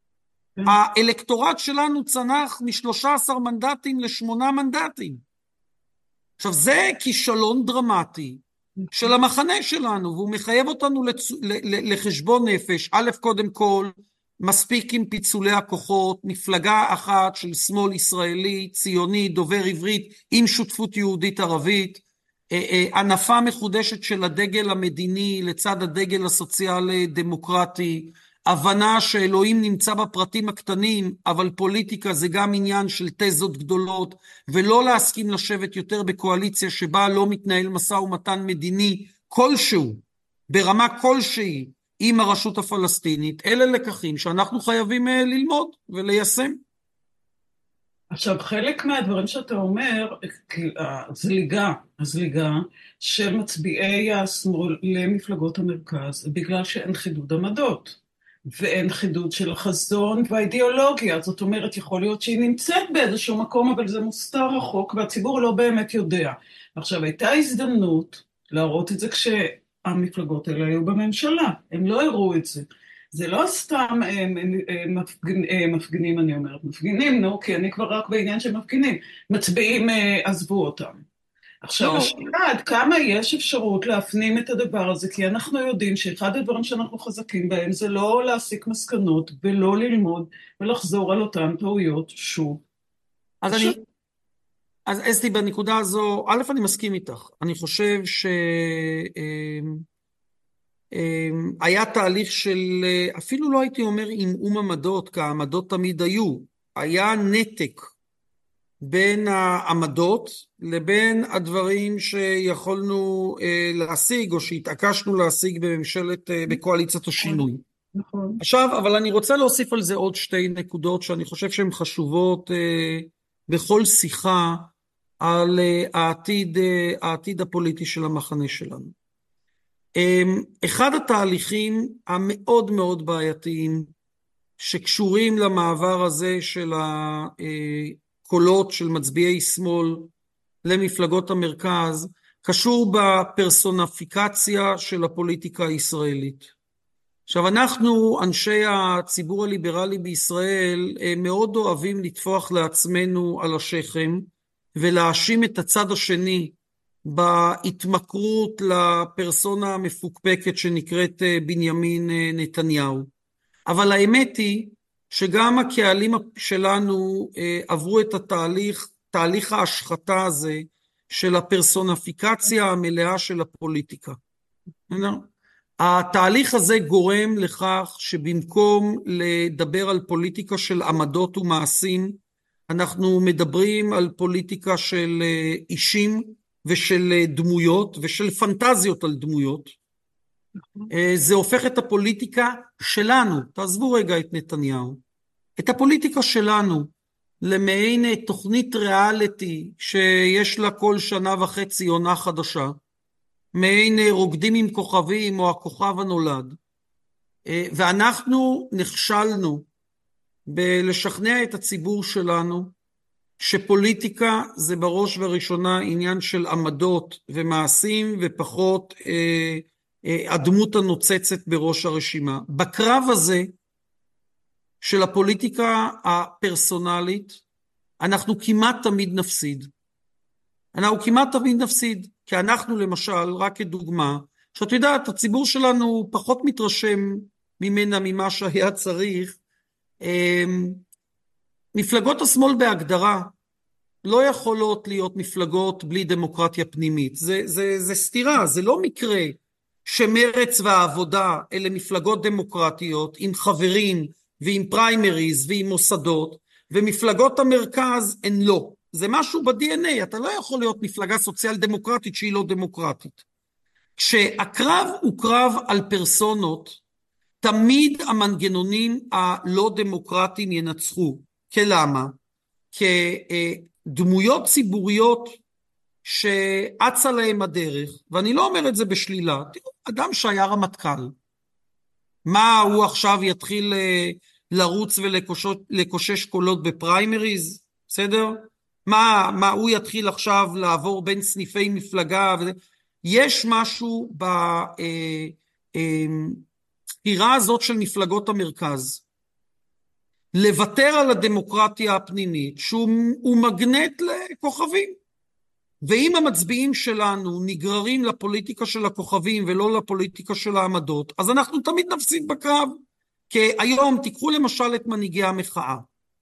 האלקטורט שלנו צנח מ-שלושה עשר מנדטים לשמונה מנדטים. עכשיו, זה כישלון דרמטי של המחנה שלנו, והוא מחייב אותנו לצ... לחשבון נפש. א', קודם כל, מספיק עם פיצולי הכוחות, מפלגה אחת של שמאל ישראלי, ציוני, דובר עברית, עם שותפות יהודית ערבית, ענפה מחודשת של הדגל המדיני לצד הדגל הסוציאל דמוקרטי, הבנה שאלוהים נמצא בפרטים הקטנים, אבל פוליטיקה זה גם עניין של תזות גדולות, ולא להסכים לשבת יותר בקואליציה שבה לא מתנהל משא ומתן מדיני כלשהו, ברמה כלשהי, עם הרשות הפלסטינית. אלה לקחים שאנחנו חייבים ללמוד וליישם. עכשיו, חלק מהדברים שאתה אומר, הזליגה, הזליגה של מצביעי השמאל למפלגות המרכז, בגלל שאין חידוד עמדות, ואין חידוד של החזון והאידיאולוגיה. זאת אומרת, יכול להיות שהיא נמצאת באיזשהו מקום, אבל זה מוסתר רחוק, והציבור לא באמת יודע. עכשיו, הייתה הזדמנות להראות את זה כש... המפלגות האלה היו בממשלה, הם לא הראו את זה. זה לא סתם מפגינים, מפגינים אני אומרת, מפגינים, נו, כי אני כבר רק בעניין של מפגינים, מצביעים עזבו אותם. עכשיו, השאלה עד כמה יש אפשרות להפנים את הדבר הזה, כי אנחנו יודעים שאחד הדברים שאנחנו חזקים בהם, זה לא להסיק מסקנות, ולא ללמוד, ולחזור על אותן טעויות שוב. אז אני... אז אסתי, בנקודה הזו, א', אני מסכים איתך. אני חושב שהיה תהליך של, אפילו לא הייתי אומר עמעום עמדות, כי העמדות תמיד היו. היה נתק בין העמדות לבין הדברים שיכולנו להשיג, או שהתעקשנו להשיג בממשלת, בקואליציית השינוי. נכון. עכשיו, אבל אני רוצה להוסיף על זה עוד שתי נקודות שאני חושב שהן חשובות אה, בכל שיחה על אה, העתיד, אה, העתיד הפוליטי של המחנה שלנו. אה, אחד התהליכים המאוד מאוד בעייתיים שקשורים למעבר הזה של הקולות של מצביעי שמאל למפלגות המרכז, קשור בפרסונפיקציה של הפוליטיקה הישראלית. עכשיו, אנחנו, אנשי הציבור הליברלי בישראל, מאוד אוהבים לטפוח לעצמנו על השכם ולהאשים את הצד השני בהתמכרות לפרסונה המפוקפקת שנקראת בנימין נתניהו. אבל האמת היא שגם הקהלים שלנו עברו את התהליך, תהליך ההשחתה הזה של הפרסונפיקציה המלאה של הפוליטיקה. התהליך הזה גורם לכך שבמקום לדבר על פוליטיקה של עמדות ומעשים, אנחנו מדברים על פוליטיקה של אישים ושל דמויות ושל פנטזיות על דמויות. זה הופך את הפוליטיקה שלנו, תעזבו רגע את נתניהו, את הפוליטיקה שלנו למעין תוכנית ריאליטי שיש לה כל שנה וחצי עונה חדשה, מעין רוקדים עם כוכבים או הכוכב הנולד, ואנחנו נכשלנו בלשכנע את הציבור שלנו שפוליטיקה זה בראש ובראשונה עניין של עמדות ומעשים ופחות אה, אה, הדמות הנוצצת בראש הרשימה. בקרב הזה של הפוליטיקה הפרסונלית אנחנו כמעט תמיד נפסיד. אנחנו כמעט תמיד נפסיד, כי אנחנו למשל, רק כדוגמה, שאת יודעת, הציבור שלנו פחות מתרשם ממנה ממה שהיה צריך. מפלגות השמאל בהגדרה לא יכולות להיות מפלגות בלי דמוקרטיה פנימית. זה, זה, זה סתירה, זה לא מקרה שמרץ והעבודה אלה מפלגות דמוקרטיות עם חברים ועם פריימריז ועם מוסדות, ומפלגות המרכז הן לא. זה משהו ב-די אן איי, אתה לא יכול להיות מפלגה סוציאל דמוקרטית שהיא לא דמוקרטית. כשהקרב הוא קרב על פרסונות, תמיד המנגנונים הלא דמוקרטיים ינצחו. כלמה? כדמויות ציבוריות שאצה להם הדרך, ואני לא אומר את זה בשלילה, תראו, אדם שהיה רמטכ"ל, מה הוא עכשיו יתחיל לרוץ ולקושש קולות בפריימריז? בסדר? מה, מה הוא יתחיל עכשיו לעבור בין סניפי מפלגה? וזה? יש משהו בחירה הזאת של מפלגות המרכז, לוותר על הדמוקרטיה הפנימית, שהוא מגנט לכוכבים. ואם המצביעים שלנו נגררים לפוליטיקה של הכוכבים ולא לפוליטיקה של העמדות, אז אנחנו תמיד נפסיד בקרב. כי היום תיקחו למשל את מנהיגי המחאה.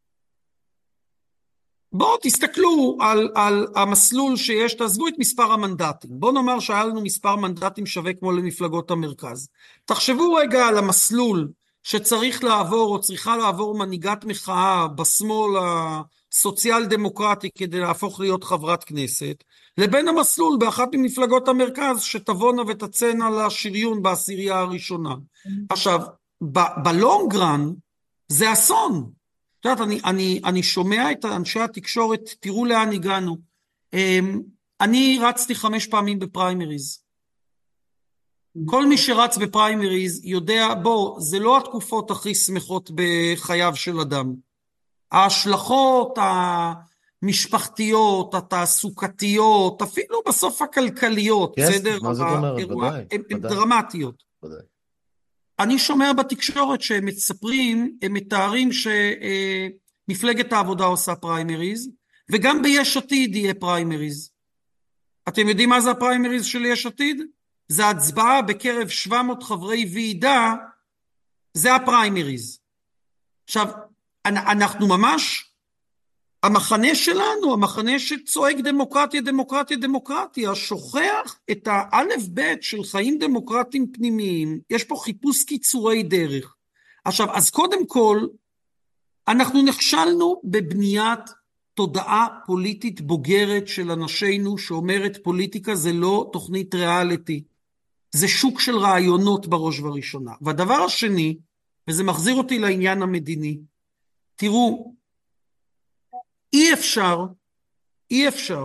בואו תסתכלו על, על המסלול שיש, תעזבו את מספר המנדטים. בואו נאמר שהיה לנו מספר מנדטים שווה כמו למפלגות המרכז. תחשבו רגע על המסלול שצריך לעבור או צריכה לעבור מנהיגת מחאה בשמאל הסוציאל דמוקרטי כדי להפוך להיות חברת כנסת, לבין המסלול באחת ממפלגות המרכז שתבונה ותצאנה לשריון בעשירייה הראשונה. עכשיו, ב- בלונגרן זה אסון. את יודעת, אני, אני, אני שומע את אנשי התקשורת, תראו לאן הגענו. אני רצתי חמש פעמים בפריימריז. כל מי שרץ בפריימריז יודע, בוא, זה לא התקופות הכי שמחות בחייו של אדם. ההשלכות המשפחתיות, התעסוקתיות, אפילו בסוף הכלכליות, כן, בסדר? מה זאת אומרת? ודאי. הן דרמטיות. ודאי. אני שומע בתקשורת שהם מספרים, הם מתארים שמפלגת העבודה עושה פריימריז, וגם ביש עתיד יהיה פריימריז. אתם יודעים מה זה הפריימריז של יש עתיד? זה הצבעה בקרב שבע מאות חברי ועידה, זה הפריימריז. עכשיו, אנחנו ממש המחנה שלנו, המחנה שצועק דמוקרטיה, דמוקרטיה, דמוקרטיה, שוכח את האלף בית של חיים דמוקרטיים פנימיים. יש פה חיפוש קיצורי דרך. עכשיו, אז קודם כל, אנחנו נכשלנו בבניית תודעה פוליטית בוגרת של אנשינו, שאומרת פוליטיקה זה לא תוכנית ריאליטי, זה שוק של רעיונות בראש ובראשונה. והדבר השני, וזה מחזיר אותי לעניין המדיני, תראו, אי אפשר, אי אפשר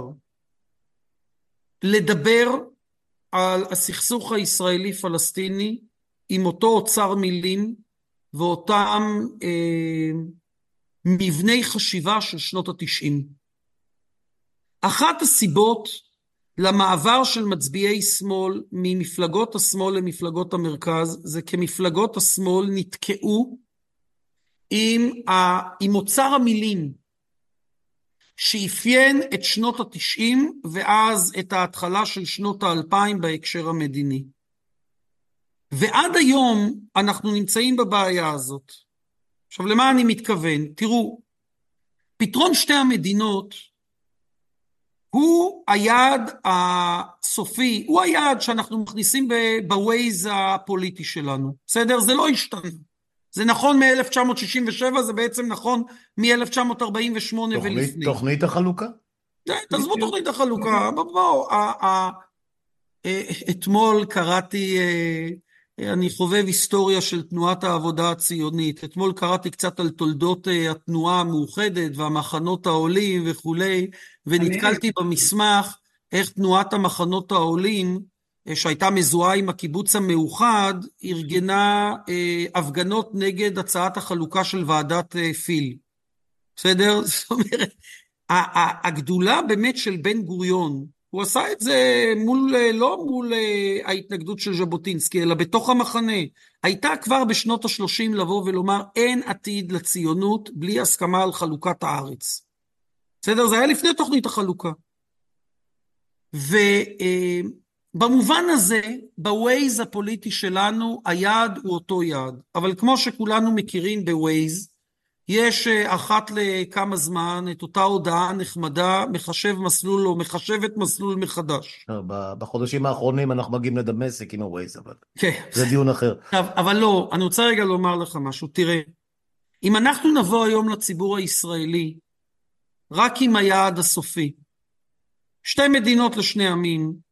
לדבר על הסכסוך הישראלי-פלסטיני עם אותו אוצר מילים ואותם אה, מבני חשיבה של שנות התשעים. אחת הסיבות למעבר של מצביעי שמאל ממפלגות השמאל למפלגות המרכז, זה כמפלגות השמאל נתקעו עם, ה, עם אוצר המילים, שאפיין את שנות התשעים ואז את ההתחלה של שנות האלפיים בהקשר המדיני. ועד היום אנחנו נמצאים בבעיה הזאת. עכשיו, למה אני מתכוון? תראו, פתרון שתי המדינות הוא היעד הסופי, הוא היעד שאנחנו מכניסים בווייז הפוליטי שלנו. בסדר? זה לא השתנה. זה נכון מ-אלף תשע מאות שישים ושבע, זה בעצם נכון מ-אלף תשע מאות ארבעים ושמונה ולפני. תוכנית החלוקה? תעזבו תוכנית החלוקה. בואו, אתמול קראתי, אני חובב היסטוריה של תנועת העבודה הציונית, אתמול קראתי קצת על תולדות התנועה המאוחדת והמחנות העולים וכולי, ונתקלתי במסמך איך תנועת המחנות העולים, שהייתה מזוהה עם הקיבוץ המאוחד, ארגנה אה, הפגנות נגד הצעת החלוקה של ועדת אה, פיל. בסדר? זאת אומרת, הגדולה באמת של בן גוריון, הוא עשה את זה מול, לא מול אה, ההתנגדות של ז'בוטינסקי, אלא בתוך המחנה. הייתה כבר בשנות ה-שלושים לבוא ולומר, אין עתיד לציונות בלי הסכמה על חלוקת הארץ. בסדר? זה היה לפני תוכנית החלוקה. ו... אה, במובן הזה, בווייז הפוליטי שלנו, היעד הוא אותו יעד. אבל כמו שכולנו מכירים בווייז, יש אחת לכמה זמן את אותה הודעה נחמדה, מחשב מסלול או מחשבת מסלול מחדש. בחודשים האחרונים אנחנו מגיעים לדמשק עם הווייז, אבל כן. זה דיון אחר. אבל לא, אני רוצה רגע לומר לך משהו. תראה, אם אנחנו נבוא היום לציבור הישראלי, רק עם היעד הסופי, שתי מדינות לשני עמים,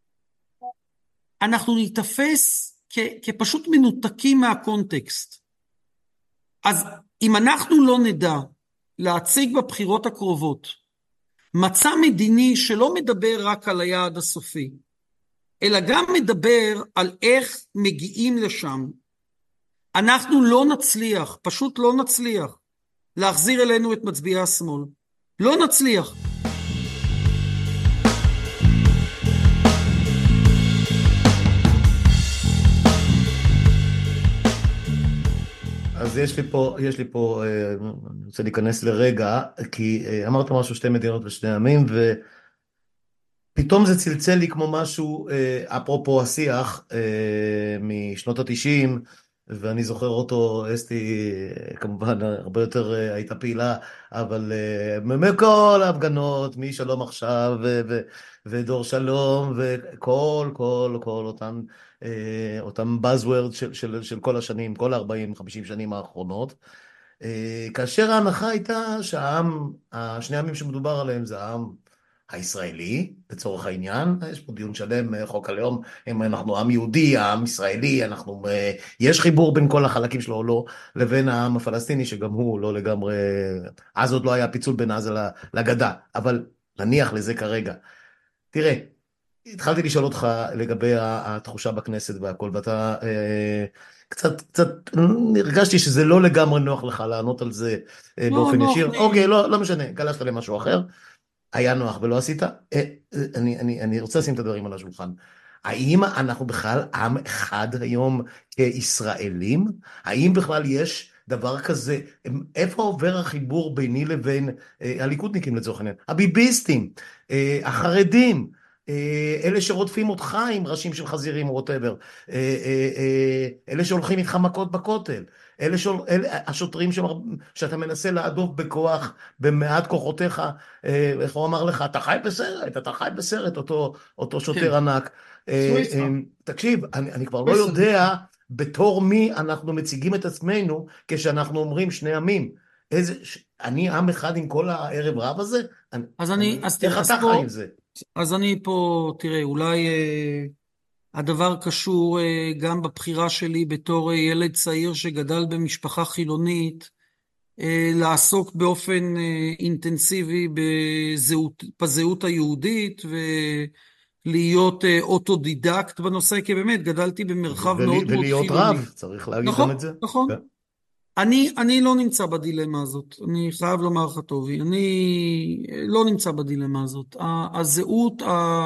אנחנו ניתפס כ- כפשוט מנותקים מהקונטקסט. אז אם אנחנו לא נדע להציג בבחירות הקרובות מצע מדיני שלא מדבר רק על היעד הסופי, אלא גם מדבר על איך מגיעים לשם, אנחנו לא נצליח, פשוט לא נצליח, להחזיר אלינו את מצביעי השמאל. לא נצליח. אז יש לי פה, יש לי פה, אני רוצה להיכנס לרגע, כי אמרת משהו שתי מדינות ושני עמים, ופתאום זה צלצל לי כמו משהו, אפרופו השיח משנות התשעים, ואני זוכר אותו, אסתי כמובן הרבה יותר הייתה פעילה, אבל מכל ההפגנות, משלום עכשיו, ו- ו- ודור שלום, וכל, כל, כל אותן, אותם buzzwords של, של, של כל השנים, כל ה-ארבעים חמישים שנים האחרונות, כאשר ההנחה הייתה שהעם, השני העמים שמדובר עליהם זה העם הישראלי, לצורך העניין, יש פה דיון שלם, חוק הלאום, אם אנחנו עם יהודי, העם ישראלי, אנחנו, יש חיבור בין כל החלקים שלו או לא, לבין העם הפלסטיני, שגם הוא לא לגמרי, אז עוד לא היה פיצול בין עזה לגדה, אבל נניח לזה כרגע. תראה, התחלתי לשאול אותך לגבי התחושה בכנסת והכל, ואתה קצת, קצת, הרגשתי שזה לא לגמרי נוח לך לענות על זה באופן ישיר. אוקיי, לא, לא משנה, גלשת למשהו אחר. היה נוח ולא עשית, אני, אני, אני רוצה לשים את הדברים על השולחן. האם אנחנו בכלל עם אחד היום כישראלים? האם בכלל יש דבר כזה? איפה עובר החיבור ביני לבין הליכודניקים לצורך העניין? הביביסטים, החרדים, אלה שרודפים אותך עם ראשים של חזירים או whatever, אלה שהולכים איתך מכות בכותל, אלה שול, אלה, השוטרים שמר, שאתה מנסה להדוף בכוח, במעט כוחותיך, איך הוא אמר לך, אתה חי בסרט, אתה חי בסרט, אותו, אותו שוטר כן. ענק. סוויסה. תקשיב, אני, אני כבר לא סוויסה. יודע בתור מי אנחנו מציגים את עצמנו כשאנחנו אומרים שני עמים. איזה, אני עם אחד עם כל הערב רב הזה? אני, אז אני, אז איך תראה, אז אתה פה, חי עם זה? אז אני פה, תראה, אולי אה, הדבר קשור אה, גם בבחירה שלי בתור אה, ילד צעיר שגדל במשפחה חילונית, אה, לעסוק באופן אה, אינטנסיבי בזהות, בזהות היהודית ולהיות אה, אוטודידקט בנושא, כי באמת גדלתי במרחב ול, מאוד מאוד ולהיות חילוני. רב, צריך להגיד נכון, גם את זה. נכון. כן. אני, אני לא נמצא בדילמה הזאת, אני חייב לומר לך טובי, אני לא נמצא בדילמה הזאת. ה- הזהות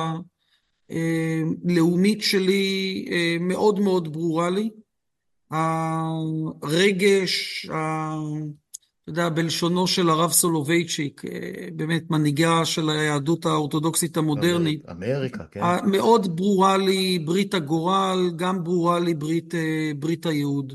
הלאומית שלי אה, מאוד מאוד ברורה לי. הרגש, ה- אתה יודע, בלשונו של הרב סולובייצ'יק, אה, באמת מנהיגה של היהדות האורתודוקסית המודרנית, אמר- אמריקה, כן. ה- מאוד ברורה לי ברית הגורל, גם ברורה לי ברית, אה, ברית הייעוד.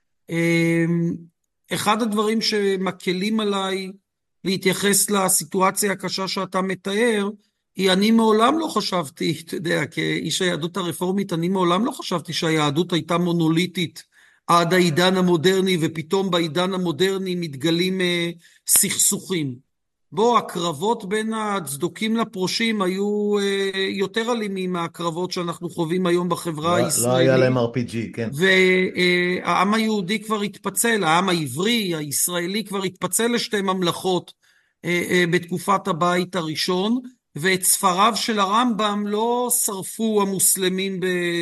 אמ, אחד הדברים שמקלים עליי להתייחס לסיטואציה הקשה שאתה מתאר, היא אני מעולם לא חשבתי, אתה יודע, כאיש היהדות הרפורמית, אני מעולם לא חשבתי שהיהדות הייתה מונוליטית עד העידן המודרני, ופתאום בעידן המודרני מתגלים אה, סכסוכים. בוא, הקרבות בין הצדוקים לפרושים היו אה, יותר אלימים מהקרבות שאנחנו חווים היום בחברה לא, לא היה להם הישראלית. אר פי ג'י, כן. והעם היהודי כבר התפצל, העם העברי, הישראלי כבר התפצל לשתי ממלכות אה, אה, בתקופת הבית הראשון, ואת ספריו של הרמב"ם לא שרפו המוסלמים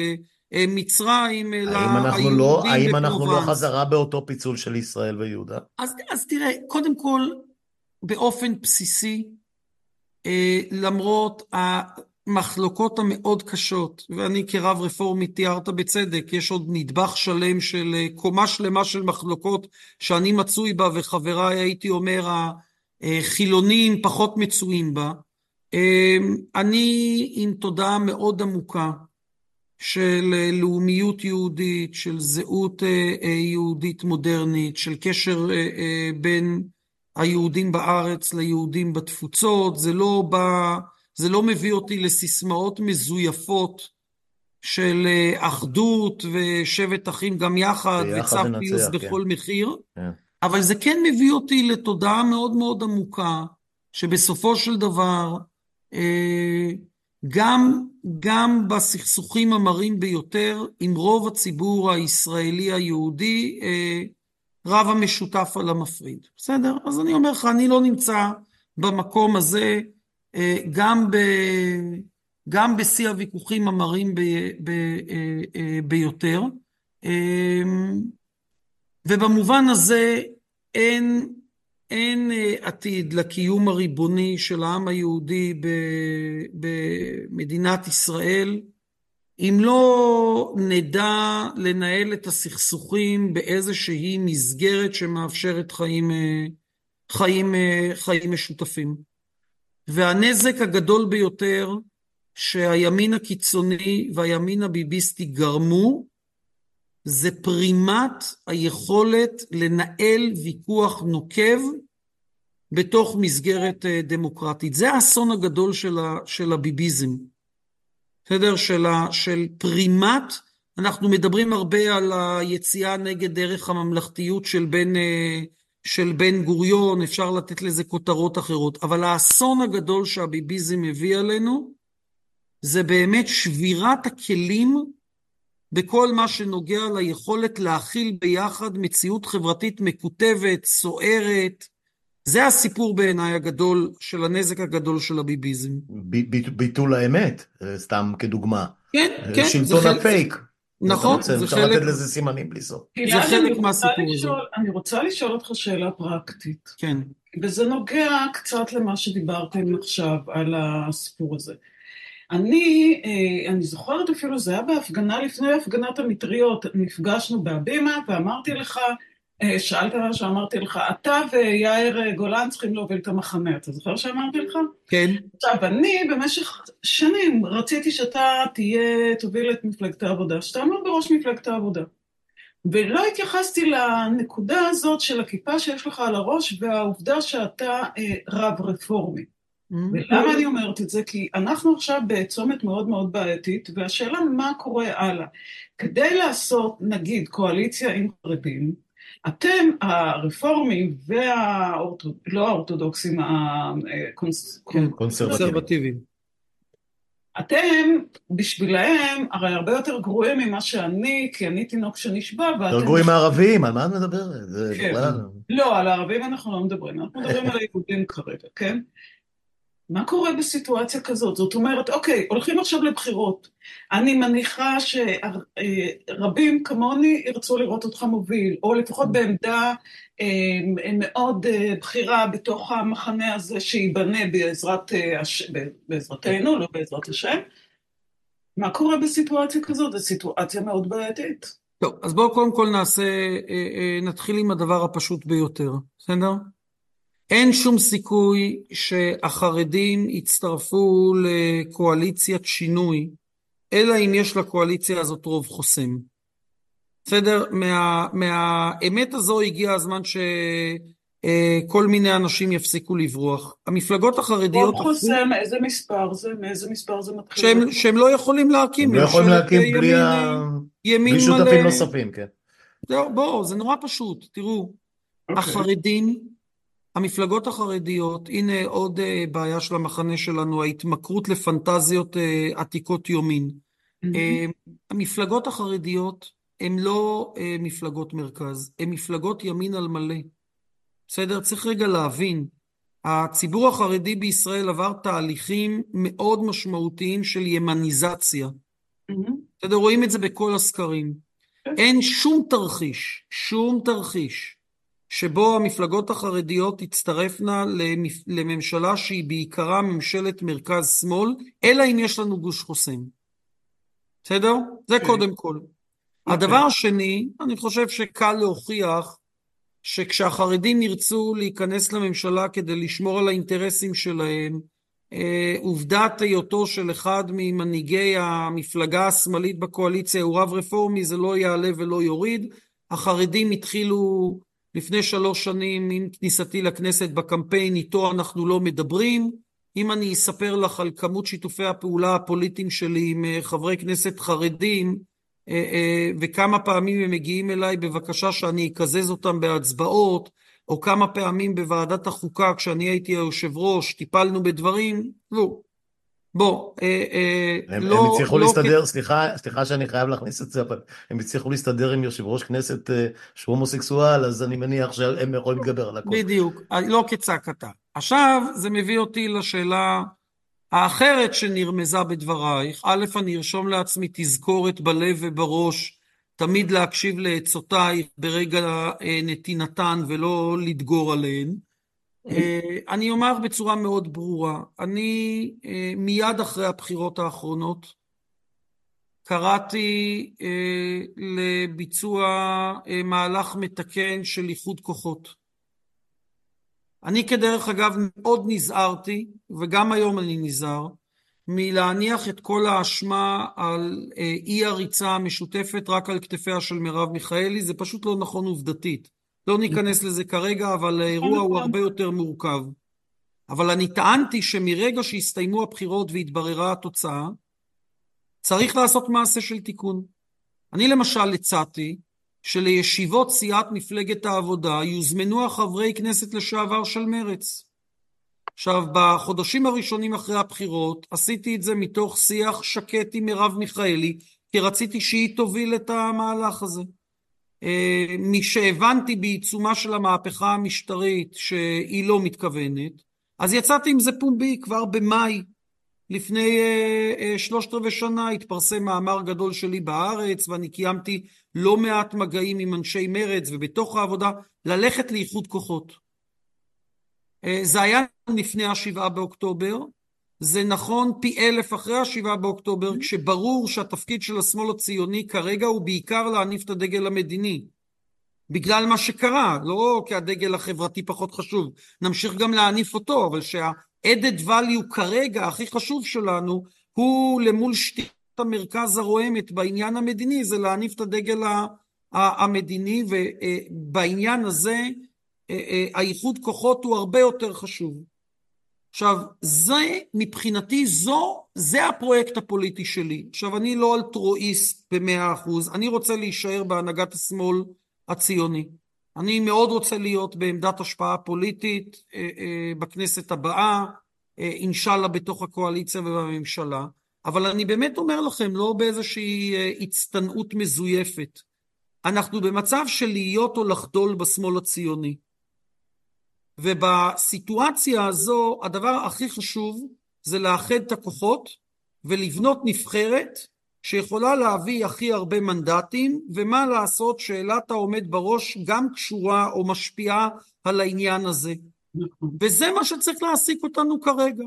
במצרים, אלא האם אנחנו לא, היהודים האם אנחנו לא בפרובנס. חזרה באותו פיצול של ישראל ויהודה? אז, אז תראה, קודם כל, באופן בסיסי, אה, למרות המחלוקות המאוד קשות, ואני כרב רפורמי תיארת בצדק, יש עוד נדבך שלם של אה, קומה שלמה של מחלוקות שאני מצוי בה, וחבריי הייתי אומר החילונים פחות מצויים בה. אה, אני עם תודעה מאוד עמוקה של אה, לאומיות יהודית, של זהות אה, אה, יהודית מודרנית, של קשר אה, אה, בין היהודים בארץ ליהודים בתפוצות. זה לא בא, זה לא מביא אותי לסיסמאות מזויפות של אה, אחדות ושבט אחים גם יחד ביחד וצו פיוס ננצח, כן. בכל מחיר, כן. אבל זה כן מביא אותי לתודעה מאוד מאוד עמוקה, שבסופו של דבר, אה, גם, גם בסכסוכים המרים ביותר, עם רוב הציבור הישראלי היהודי, אה, רב המשותף על המפריד. בסדר? אז אני אומר לך, אני לא נמצא במקום הזה, אה, גם ב... גם בשיא הוויכוחים המרים ב, ב, אה, אה, ביותר. אה, ובמובן הזה אין, אין אה, עתיד לקיום הריבוני של העם היהודי ב, במדינת ישראל, אם לא נדע לנהל את הסכסוכים באיזושהי מסגרת שמאפשרת חיים, אה, חיים, אה, חיים משותפים. והנזק הגדול ביותר שהימין הקיצוני והימין הביביסטי גרמו, זה פרימת היכולת לנהל ויכוח נוקב בתוך מסגרת דמוקרטית. זה האסון הגדול של, ה, של הביביזם. בסדר? של, ה, של פרימת, אנחנו מדברים הרבה על היציאה נגד דרך הממלכתיות של בן, של בן גוריון, אפשר לתת לזה כותרות אחרות, אבל האסון הגדול שהביביזם הביא עלינו, זה באמת שבירת הכלים בכל מה שנוגע ליכולת להכיל ביחד מציאות חברתית מקוטבת, סוערת. זה הסיפור בעיניי הגדול של הנזק הגדול של הביביזם. ב- ב- ביטול האמת, סתם כדוגמה. כן, כן. שלטון חלק, הפייק. נכון, זה זה אפשר חלק, לתת לזה סימנים בלי סוף. זה חלק מהסיפור הזה. לשאול, אני רוצה לשאול אותך שאלה פרקטית. כן. וזה נוגע קצת למה שדיברתם עכשיו על הסיפור הזה. אני, אני זוכרת אפילו, זה היה בהפגנה לפני הפגנת המטריות, נפגשנו בהבימה ואמרתי לך, אה, שאלת מה שאמרתי לך, אתה ויאיר גולן צריכים להוביל את המחנה, אתה זוכר שאמרתי לך? כן. עכשיו, אני במשך שנים רציתי שאתה תהיה, תוביל את מפלגת העבודה, שאתה עמוד בראש מפלגת העבודה. ולא התייחסתי לנקודה הזאת של הכיפה שיש לך על הראש, והעובדה שאתה אה, רב רפורמי. ולמה אני אומרת את זה? כי אנחנו עכשיו בצומת מאוד מאוד בעייתית, והשאלה מה קורה הלאה. כדי לעשות, נגיד, קואליציה עם חרדים, אתם, הרפורמים והאורתודוקסים, לא האורתודוקסים, קונסרבטיביים. אתם, בשבילהם, הרי הרבה יותר גרועים ממה שאני, כי אני תינוק שנשבע, ואתם... יותר גרועים מהערבים, על מה את מדברת? זה כן. בכלל... לא, על הערבים אנחנו לא מדברים, אנחנו מדברים על היהודים כרגע, כן? מה קורה בסיטואציה כזאת? זאת אומרת, אוקיי, הולכים עכשיו לבחירות. אני מניחה שרבים כמוני ירצו לראות אותך מוביל, או לפחות בעמדה אה, מאוד אה, בחירה בתוך המחנה הזה שיבנה בעזרת, אה, הש... בעזרתנו, לא בעזרת השם. מה קורה בסיטואציה כזאת? זו סיטואציה מאוד בעייתית. טוב, אז בואו קודם כל נעשה, אה, אה, נתחיל עם הדבר הפשוט ביותר, בסדר? אין שום סיכוי שהחרדים יצטרפו לקואליציית שינוי, אלא אם יש לקואליציה הזאת רוב חוסם. בסדר? מה, מהאמת הזו הגיע הזמן שכל מיני אנשים יפסיקו לברוח. המפלגות החרדיות... רוב חוסם, איזה מספר זה? מאיזה מספר זה מתחיל? שהם, שהם לא יכולים להקים. הם לא יכולים להקים בלי, ימין, ה... ימין בלי שותפים מלא. נוספים, כן. זהו, בואו, זה נורא פשוט. תראו, okay. החרדים... המפלגות החרדיות, הנה עוד uh, בעיה של המחנה שלנו, ההתמכרות לפנטזיות uh, עתיקות יומין. Mm-hmm. Uh, המפלגות החרדיות הן לא uh, מפלגות מרכז, הן מפלגות ימין על מלא. בסדר? צריך רגע להבין, הציבור החרדי בישראל עבר תהליכים מאוד משמעותיים של ימניזציה. Mm-hmm. בסדר? רואים את זה בכל הסקרים. Okay. אין שום תרחיש, שום תרחיש, שבו המפלגות החרדיות תצטרפנה לממשלה שהיא בעיקרה ממשלת מרכז שמאל, אלא אם יש לנו גוש חוסם. בסדר? זה קודם כל. הדבר השני, אני חושב שקל להוכיח שכשהחרדים ירצו להיכנס לממשלה כדי לשמור על האינטרסים שלהם, עובדת היותו של אחד ממנהיגי המפלגה השמאלית בקואליציה הוא רב רפורמי, זה לא יעלה ולא יוריד. החרדים התחילו... לפני שלוש שנים, עם כניסתי לכנסת בקמפיין, איתו אנחנו לא מדברים. אם אני אספר לך על כמות שיתופי הפעולה הפוליטיים שלי עם חברי כנסת חרדים, וכמה פעמים הם מגיעים אליי בבקשה שאני אקזז אותם בהצבעות, או כמה פעמים בוועדת החוקה, כשאני הייתי היושב ראש, טיפלנו בדברים, לא. בוא, הם, לא... הם הצליחו לא להסתדר, כ... סליחה, סליחה שאני חייב להכניס את זה, אבל הם הצליחו להסתדר עם יושב ראש כנסת שהוא הומוסקסואל, אז אני מניח שהם יכולים לדבר על הכל. בדיוק, לא כצעקתה. עכשיו זה מביא אותי לשאלה האחרת שנרמזה בדברייך. א', אני ארשום לעצמי תזכורת בלב ובראש, תמיד להקשיב לעצותייך ברגע נתינתן ולא לדגור עליהן. אני אומר בצורה מאוד ברורה, אני מיד אחרי הבחירות האחרונות קראתי לביצוע מהלך מתקן של איחוד כוחות. אני כדרך אגב מאוד נזהרתי, וגם היום אני נזהר, מלהניח את כל האשמה על אי הריצה המשותפת רק על כתפיה של מרב מיכאלי, זה פשוט לא נכון עובדתית. לא ניכנס לזה כרגע, אבל האירוע הוא הרבה יותר מורכב. אבל אני טענתי שמרגע שהסתיימו הבחירות והתבררה התוצאה, צריך לעשות מעשה של תיקון. אני למשל הצעתי שלישיבות סיעת מפלגת העבודה יוזמנו החברי כנסת לשעבר של מרץ. עכשיו, בחודשים הראשונים אחרי הבחירות, עשיתי את זה מתוך שיח שקט עם מרב מיכאלי, כי רציתי שהיא תוביל את המהלך הזה. משהבנתי בעיצומה של המהפכה המשטרית שהיא לא מתכוונת, אז יצאתי עם זה פומבי. כבר במאי לפני שלושת רבעי שנה התפרסם מאמר גדול שלי בארץ, ואני קיימתי לא מעט מגעים עם אנשי מרץ ובתוך העבודה ללכת לאיחוד כוחות. זה היה לפני השבעה באוקטובר, זה נכון פי אלף אחרי השבעה באוקטובר, כשברור שהתפקיד של השמאל הציוני כרגע הוא בעיקר להניף את הדגל המדיני. בגלל מה שקרה, לא כי הדגל החברתי פחות חשוב, נמשיך גם להניף אותו, אבל שה-added value כרגע הכי חשוב שלנו, הוא למול שתיקת המרכז הרועמת בעניין המדיני, זה להניף את הדגל המדיני, ובעניין הזה האיחוד כוחות הוא הרבה יותר חשוב. עכשיו, זה מבחינתי, זו, זה הפרויקט הפוליטי שלי. עכשיו, אני לא אלטרואיסט במאה אחוז, אני רוצה להישאר בהנהגת השמאל הציוני. אני מאוד רוצה להיות בעמדת השפעה פוליטית אה, אה, בכנסת הבאה, אה, אינשאללה בתוך הקואליציה ובממשלה, אבל אני באמת אומר לכם, לא באיזושהי אה, הצטנעות מזויפת. אנחנו במצב של להיות או לחדול בשמאל הציוני. ובסיטואציה הזו, הדבר הכי חשוב זה לאחד את הכוחות ולבנות נבחרת שיכולה להביא הכי הרבה מנדטים, ומה לעשות, שאלת העומד בראש גם קשורה או משפיעה על העניין הזה. וזה מה שצריך להעסיק אותנו כרגע.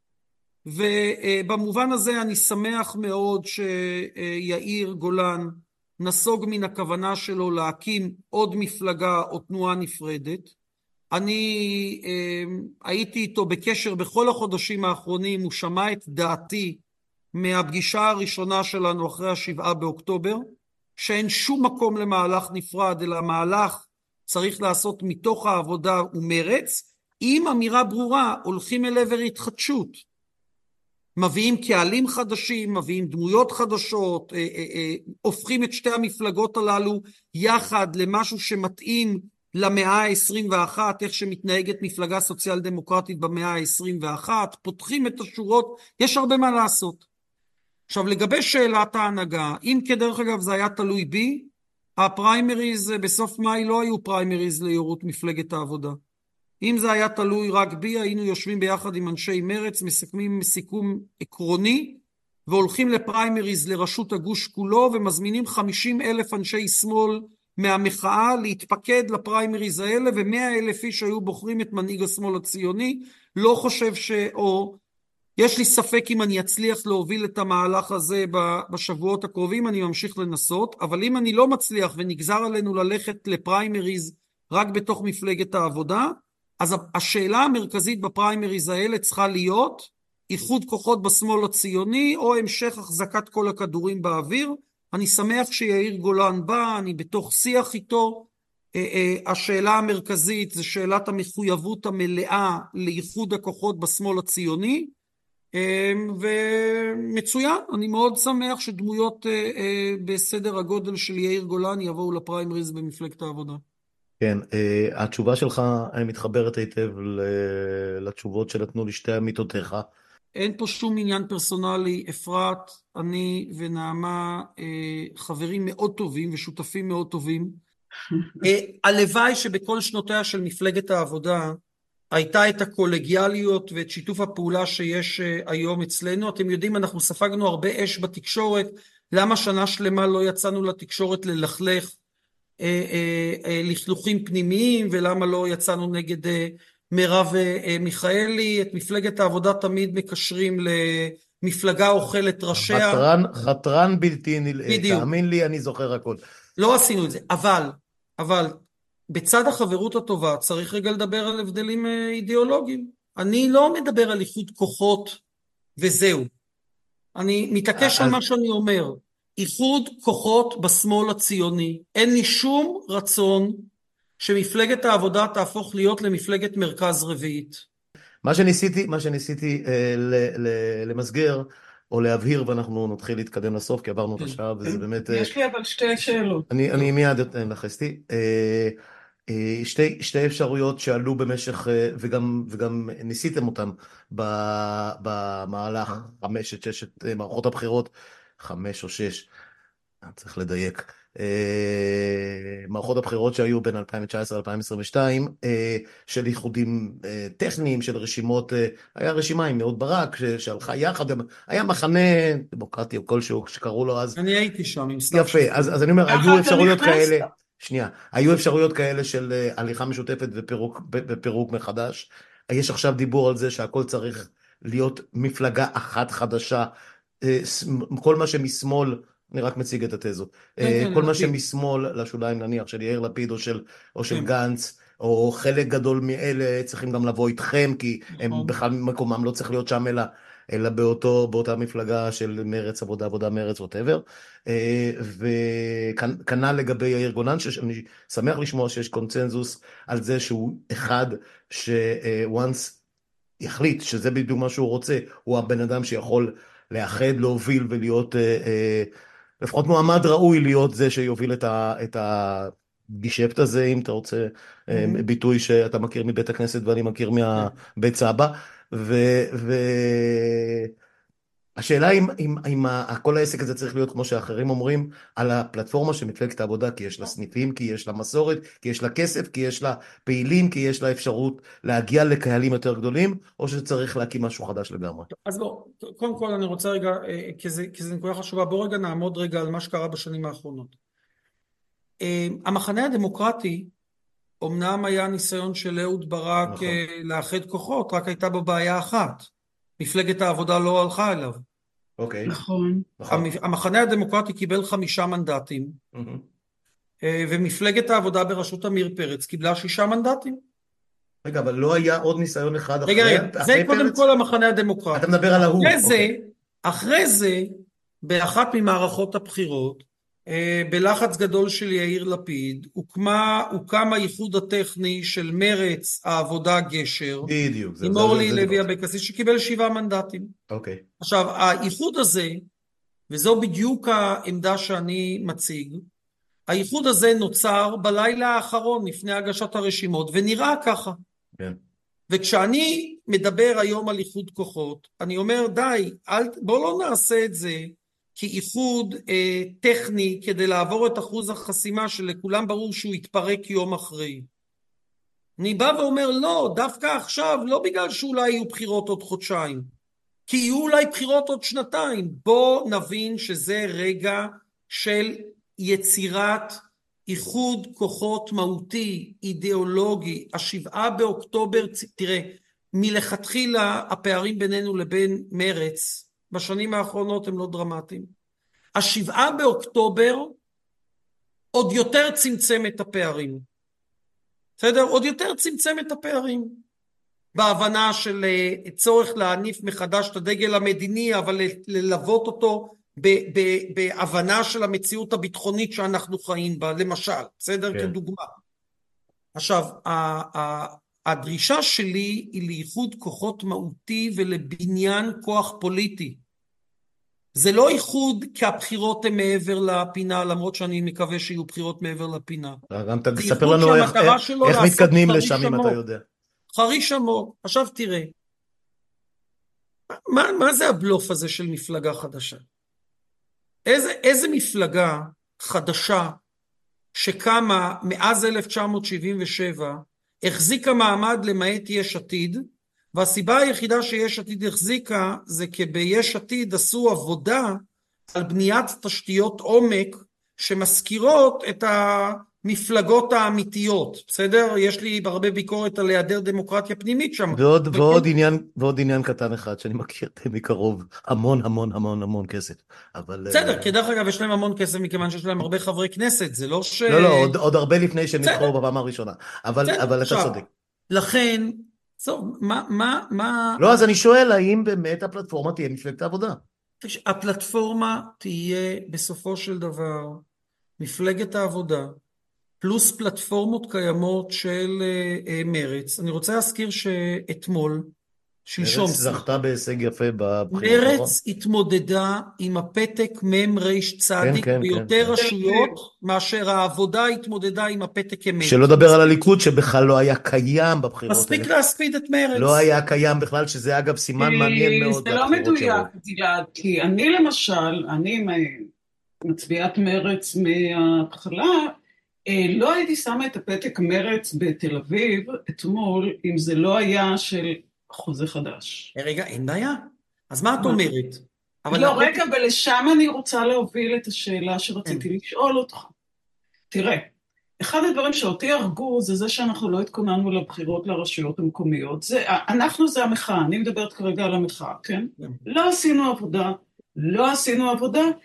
ובמובן הזה אני שמח מאוד שיאיר גולן נסוג מן הכוונה שלו להקים עוד מפלגה או תנועה נפרדת. אני אה, הייתי איתו בקשר בכל החודשים האחרונים, הוא שמע את דעתי מהפגישה הראשונה שלנו אחרי השבעה באוקטובר, שאין שום מקום למהלך נפרד, אלא מהלך צריך לעשות מתוך העבודה ומרץ, עם אמירה ברורה, הולכים אל עבר התחדשות. מביאים קהלים חדשים, מביאים דמויות חדשות, אה, אה, אה, הופכים את שתי המפלגות הללו יחד למשהו שמתאים למאה ה-עשרים ואחת, איך שמתנהגת מפלגה סוציאל דמוקרטית במאה ה-עשרים ואחת, פותחים את השורות, יש הרבה מה לעשות. עכשיו לגבי שאלת ההנהגה, אם כדרך אגב זה היה תלוי בי, הפריימריז בסוף מאי לא היו פריימריז ליו"רות מפלגת העבודה. אם זה היה תלוי רק בי, היינו יושבים ביחד עם אנשי מרץ, מסכמים סיכום עקרוני, והולכים לפריימריז לרשות הגוש כולו, ומזמינים חמישים אלף אנשי שמאל מהמחאה להתפקד לפריימריז האלה, ומאה אלף איש היו בוחרים את מנהיג השמאל הציוני. לא חושב ש... או יש לי ספק אם אני אצליח להוביל את המהלך הזה בשבועות הקרובים, אני ממשיך לנסות, אבל אם אני לא מצליח ונגזר עלינו ללכת לפריימריז רק בתוך מפלגת העבודה, אז השאלה המרכזית בפריימריז האלה צריכה להיות איחוד כוחות בשמאל הציוני, או המשך החזקת כל הכדורים באוויר. אני שמח שיאיר גולן בא, אני בתוך שיח איתו. השאלה המרכזית זה שאלת המחויבות המלאה לאיחוד הכוחות בשמאל הציוני, ומצוין, אני מאוד שמח שדמויות בסדר הגודל של יאיר גולן יבואו לפריימריז במפלגת העבודה. כן, התשובה שלך מתחברת היטב לתשובות שנתנו לשתי עמיתותיך. אין פה שום עניין פרסונלי, אפרת, אני ונעמה חברים מאוד טובים ושותפים מאוד טובים. הלוואי שבכל שנותיה של מפלגת העבודה הייתה את הקולגיאליות ואת שיתוף הפעולה שיש היום אצלנו. אתם יודעים, אנחנו ספגנו הרבה אש בתקשורת, למה שנה שלמה לא יצאנו לתקשורת ללכלך לכלוכים פנימיים, ולמה לא יצאנו נגד מרב מיכאלי. את מפלגת העבודה תמיד מקשרים למפלגה אוכלת ראשיה. חתרן, חתרן בלתי נלאה, תאמין לי, אני זוכר הכל. לא עשינו את זה, אבל, אבל בצד החברות הטובה צריך רגע לדבר על הבדלים אידיאולוגיים. אני לא מדבר על איחוד כוחות וזהו. אני מתעקש על מה שאני אומר. איחוד כוחות בשמאל הציוני. אין לי שום רצון שמפלגת העבודה תהפוך להיות למפלגת מרכז רביעית. מה שניסיתי, מה שניסיתי אה, ל, ל, למסגר או להבהיר, ואנחנו נתחיל להתקדם לסוף, כי עברנו את השעה, וזה באמת... יש לי אבל שתי שאלות. אני, אני מיד לחסתי. אה, אה, שתי, שתי אפשרויות שעלו במשך, אה, וגם, וגם ניסיתם אותם במהלך חמשת, ששת מערכות הבחירות, חמש או שש, צריך לדייק, מערכות הבחירות שהיו בין אלפיים תשע עשרה אלפיים עשרים ושתיים, של ייחודים טכניים, של רשימות, היה רשימה עם אהוד ברק שהלכה יחד, היה מחנה דמוקרטי או כלשהו שקראו לו אז. אני הייתי שם עם סתיו. יפה, אז, אז אני אומר, היו אפשרויות כאלה, שנייה, היו אפשרויות כאלה של הליכה משותפת ופירוק, ופירוק מחדש. יש עכשיו דיבור על זה שהכל צריך להיות מפלגה אחת חדשה, כל מה שמשמאל אני רק מציג את התזות. כן, אה, כן, כל מה לפיד. שמשמאל לשוליים, נניח, של יאיר לפיד או של, או של כן, גנץ, או חלק גדול מאלה צריכים גם לבוא איתכם, כי הם נכון. בכלל מקומם לא צריך להיות שם, אלא, אלא באותו, באותה מפלגה של מרץ, עבודה, עבודה, מרץ, whatever. וכנ"ל לגבי יאיר גולן, שאני שמח לשמוע שיש קונצנזוס על זה שהוא אחד ש-once יחליט שזה בדיוק מה שהוא רוצה, הוא הבן אדם שיכול לאחד, להוביל ולהיות, אה, אה, לפחות מועמד ראוי להיות זה שיוביל את ה, את הגישפט הזה, אם אתה רוצה, אה, מהמם. ביטוי שאתה מכיר מבית הכנסת ואני מכיר כן. מהבית סבא, ו... ו... השאלה אם, אם, אם ה- כל העסק הזה צריך להיות, כמו שאחרים אומרים, על הפלטפורמה של מפלגת העבודה, כי יש לה סניפים, כי יש לה מסורת, כי יש לה כסף, כי יש לה פעילים, כי יש לה אפשרות להגיע לקהלים יותר גדולים, או שצריך להקים משהו חדש לגמרי. אז בוא, קודם כל אני רוצה רגע, אה, כי זה, כי זה נקודה חשובה, בוא רגע נעמוד רגע על מה שקרה בשנים האחרונות. אה, המחנה הדמוקרטי, אמנם היה ניסיון של אהוד ברק נכון. אה, לאחד כוחות, רק הייתה בו בעיה אחת. מפלגת העבודה לא הלכה אליו. אוקיי, נכון. נכון. המ- המחנה הדמוקרטי קיבל חמישה מנדטים, מהמם. אה, ומפלגת העבודה בראשות עמיר פרץ קיבלה שישה מנדטים. רגע, אבל לא היה עוד ניסיון אחד רגע, אחרי, רגע, זה אחרי קודם פרץ? כל המחנה אתה הדמוקרטי. מדבר על ההוא, אחרי זה, אוקיי. אחרי זה, באחת ממערכות הבחירות, אה, בלחץ גדול של יאיר לפיד, הוקמה, הוקם האיחוד הטכני של מרץ העבודה גשר, בדיוק, זה, עם זה, אורלי זה, זה לוי דיברתי. אבקסיס, שקיבל שבעה מנדטים. אוקיי, עכשיו, האיחוד הזה, וזו בדיוק העמדה שאני מציג, האיחוד הזה נוצר בלילה האחרון לפני הגשת הרשימות, ונראה ככה. כן. וכשאני מדבר היום על איחוד כוחות, אני אומר די, אל, בוא לא נעשה את זה כאיחוד אה, טכני כדי לעבור את אחוז החסימה שלכולם ברור שהוא יתפרק יום אחרי. אני בא ואומר לא, דווקא עכשיו, לא בגלל שאולי יהיו בחירות עוד חודשיים, כי יהיו אולי בחירות עוד שנתיים. בוא נבין שזה רגע של יצירת איחוד כוחות מהותי, אידיאולוגי. השבעה באוקטובר, תראה, מלכתחילה הפערים בינינו לבין מרץ בשנים האחרונות הם לא דרמטיים. השבעה באוקטובר עוד יותר צמצם את הפערים. בסדר? עוד יותר צמצם את הפערים. בהבנה של צורך להניף מחדש את הדגל המדיני, אבל ללוות אותו ב- ב- בהבנה של המציאות הביטחונית שאנחנו חיים בה, למשל, בסדר? כן. כדוגמה. עכשיו, ה- ה- הדרישה שלי היא לאיחוד כוחות מהותי ולבניין כוח פוליטי. זה לא איחוד כי הבחירות הן מעבר לפינה, למרות שאני מקווה שיהיו בחירות מעבר לפינה. גם זה תספר איחוד לנו איך, שהמטרה איך, שלו איך לעשות מתקדמים חריש לשם אם עמוק. אתה יודע. חריש עמוק. עכשיו תראה, מה, מה זה הבלוף הזה של מפלגה חדשה? איזה, איזה מפלגה חדשה שקמה מאז אלף תשע מאות שבעים ושבע החזיקה מעמד למעט יש עתיד, והסיבה היחידה שיש עתיד החזיקה זה כי ביש עתיד עשו עבודה על בניית תשתיות עומק שמזכירות את המפלגות האמיתיות, בסדר? יש לי הרבה ביקורת על היעדר דמוקרטיה פנימית שם. ועוד, וכל... ועוד עניין, ועוד עניין קטן אחד שאני מכיר מקרוב, המון המון המון המון כסף, אבל... בסדר, כי דרך אגב יש להם המון כסף מכיוון שיש להם הרבה חברי כנסת, זה לא ש... לא, לא, עוד, עוד הרבה לפני שנבחרו בסדר. בפעם הראשונה, אבל, בסדר, אבל אתה עכשיו, צודק. לכן, טוב, מה, מה, מה... לא, אז אני שואל, האם באמת הפלטפורמה תהיה מפלגת העבודה? הפלטפורמה תהיה בסופו של דבר מפלגת העבודה, פלוס פלטפורמות קיימות של uh, uh, מרץ. אני רוצה להזכיר שאתמול, שלשום, מרץ זכתה בהישג יפה בבחירות, נכון? מרץ התמודדה עם הפתק מם ריש צדיק כן, כן, ביותר כן, רשויות, מאשר העבודה התמודדה עם הפתק אמת. שלא לדבר על הליכוד שבכלל לא היה קיים בבחירות מספיק האלה. להספיד את מרץ. לא היה קיים בכלל, שזה אגב סימן מעניין מאוד זה לא לבחירות מדויק, שלו. גלעד, כי אני למשל, אני מצביעת מרץ מההתחלה, לא הייתי שמה את הפתק מרץ בתל אביב אתמול, אם זה לא היה של חוזה חדש. רגע, אין בעיה. אז מה את אומרת? לא, רגע, ולשם אני רוצה להוביל את השאלה שרציתי לשאול אותך. תראה, אחד הדברים שאותי הרגו זה זה שאנחנו לא התכוננו לבחירות לרשויות המקומיות. זה, אנחנו זה המחאה, אני מדברת כרגע על המחאה, כן? לא עשינו עבודה, לא עשינו עבודה,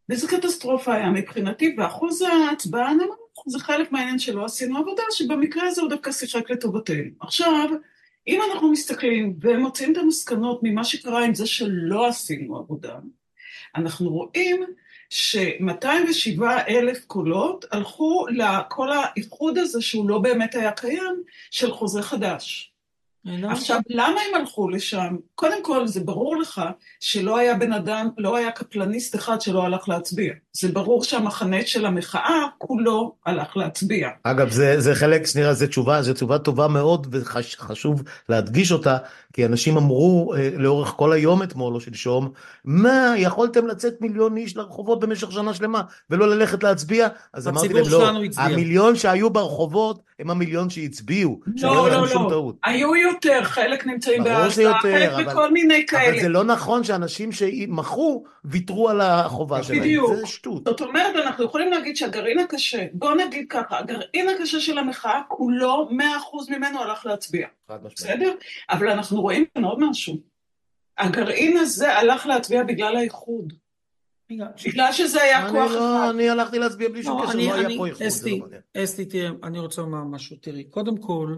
וזה קטסטרופה היה מבחינתי, ואחוז ההצבעה נמוך, זה חלק מהעניין שלא עשינו עבודה, שבמקרה הזה הוא דווקא שיחק לטובתנו. עכשיו, אם אנחנו מסתכלים ומוצאים את המסקנות ממה שקרה עם זה שלא עשינו עבודה, אנחנו רואים ש-מאתיים ושבעה אלף קולות הלכו לכל האיחוד הזה שהוא לא באמת היה קיים, של חוזה חדש. עכשיו, למה הם הלכו לשם? קודם כל, זה ברור לך שלא היה בן אדם, לא היה קפלניסט אחד שלא הלך להצביע. זה ברור שהמחנה של המחאה כולו הלך להצביע. אגב, זה, זה חלק, שנייה, זה תשובה, זה תשובה טובה מאוד, וחשוב להדגיש אותה, כי אנשים אמרו אה, לאורך כל היום אתמול או שלשום, מה, יכולתם לצאת מיליון איש לרחובות במשך שנה שלמה, ולא ללכת להצביע? אז אמרתי להם, לא, המיליון שהיו ברחובות, הם המיליון שהצביעו. לא, לא, לא, היו יותר, חלק נמצאים בעזה, חלק בכל מיני כאלה. אבל זה לא נכון שאנשים שמחו, ויתרו על החובה שלהם. בדיוק. זה שטות. זאת אומרת, אנחנו יכולים להגיד שהגרעין הקשה, בוא נגיד ככה, הגרעין הקשה של המחאה, כולו מאה אחוז ממנו הלך להצביע. בסדר? אבל אנחנו רואים כאן עוד משהו. הגרעין הזה הלך להצביע בגלל האיחוד. בגלל שזה היה כוח אחד. אני הלכתי להצביע בלי שום קשר, לא היה פה איחוד. אסתי, תראה, אני רוצה לומר משהו, תראי. קודם כל,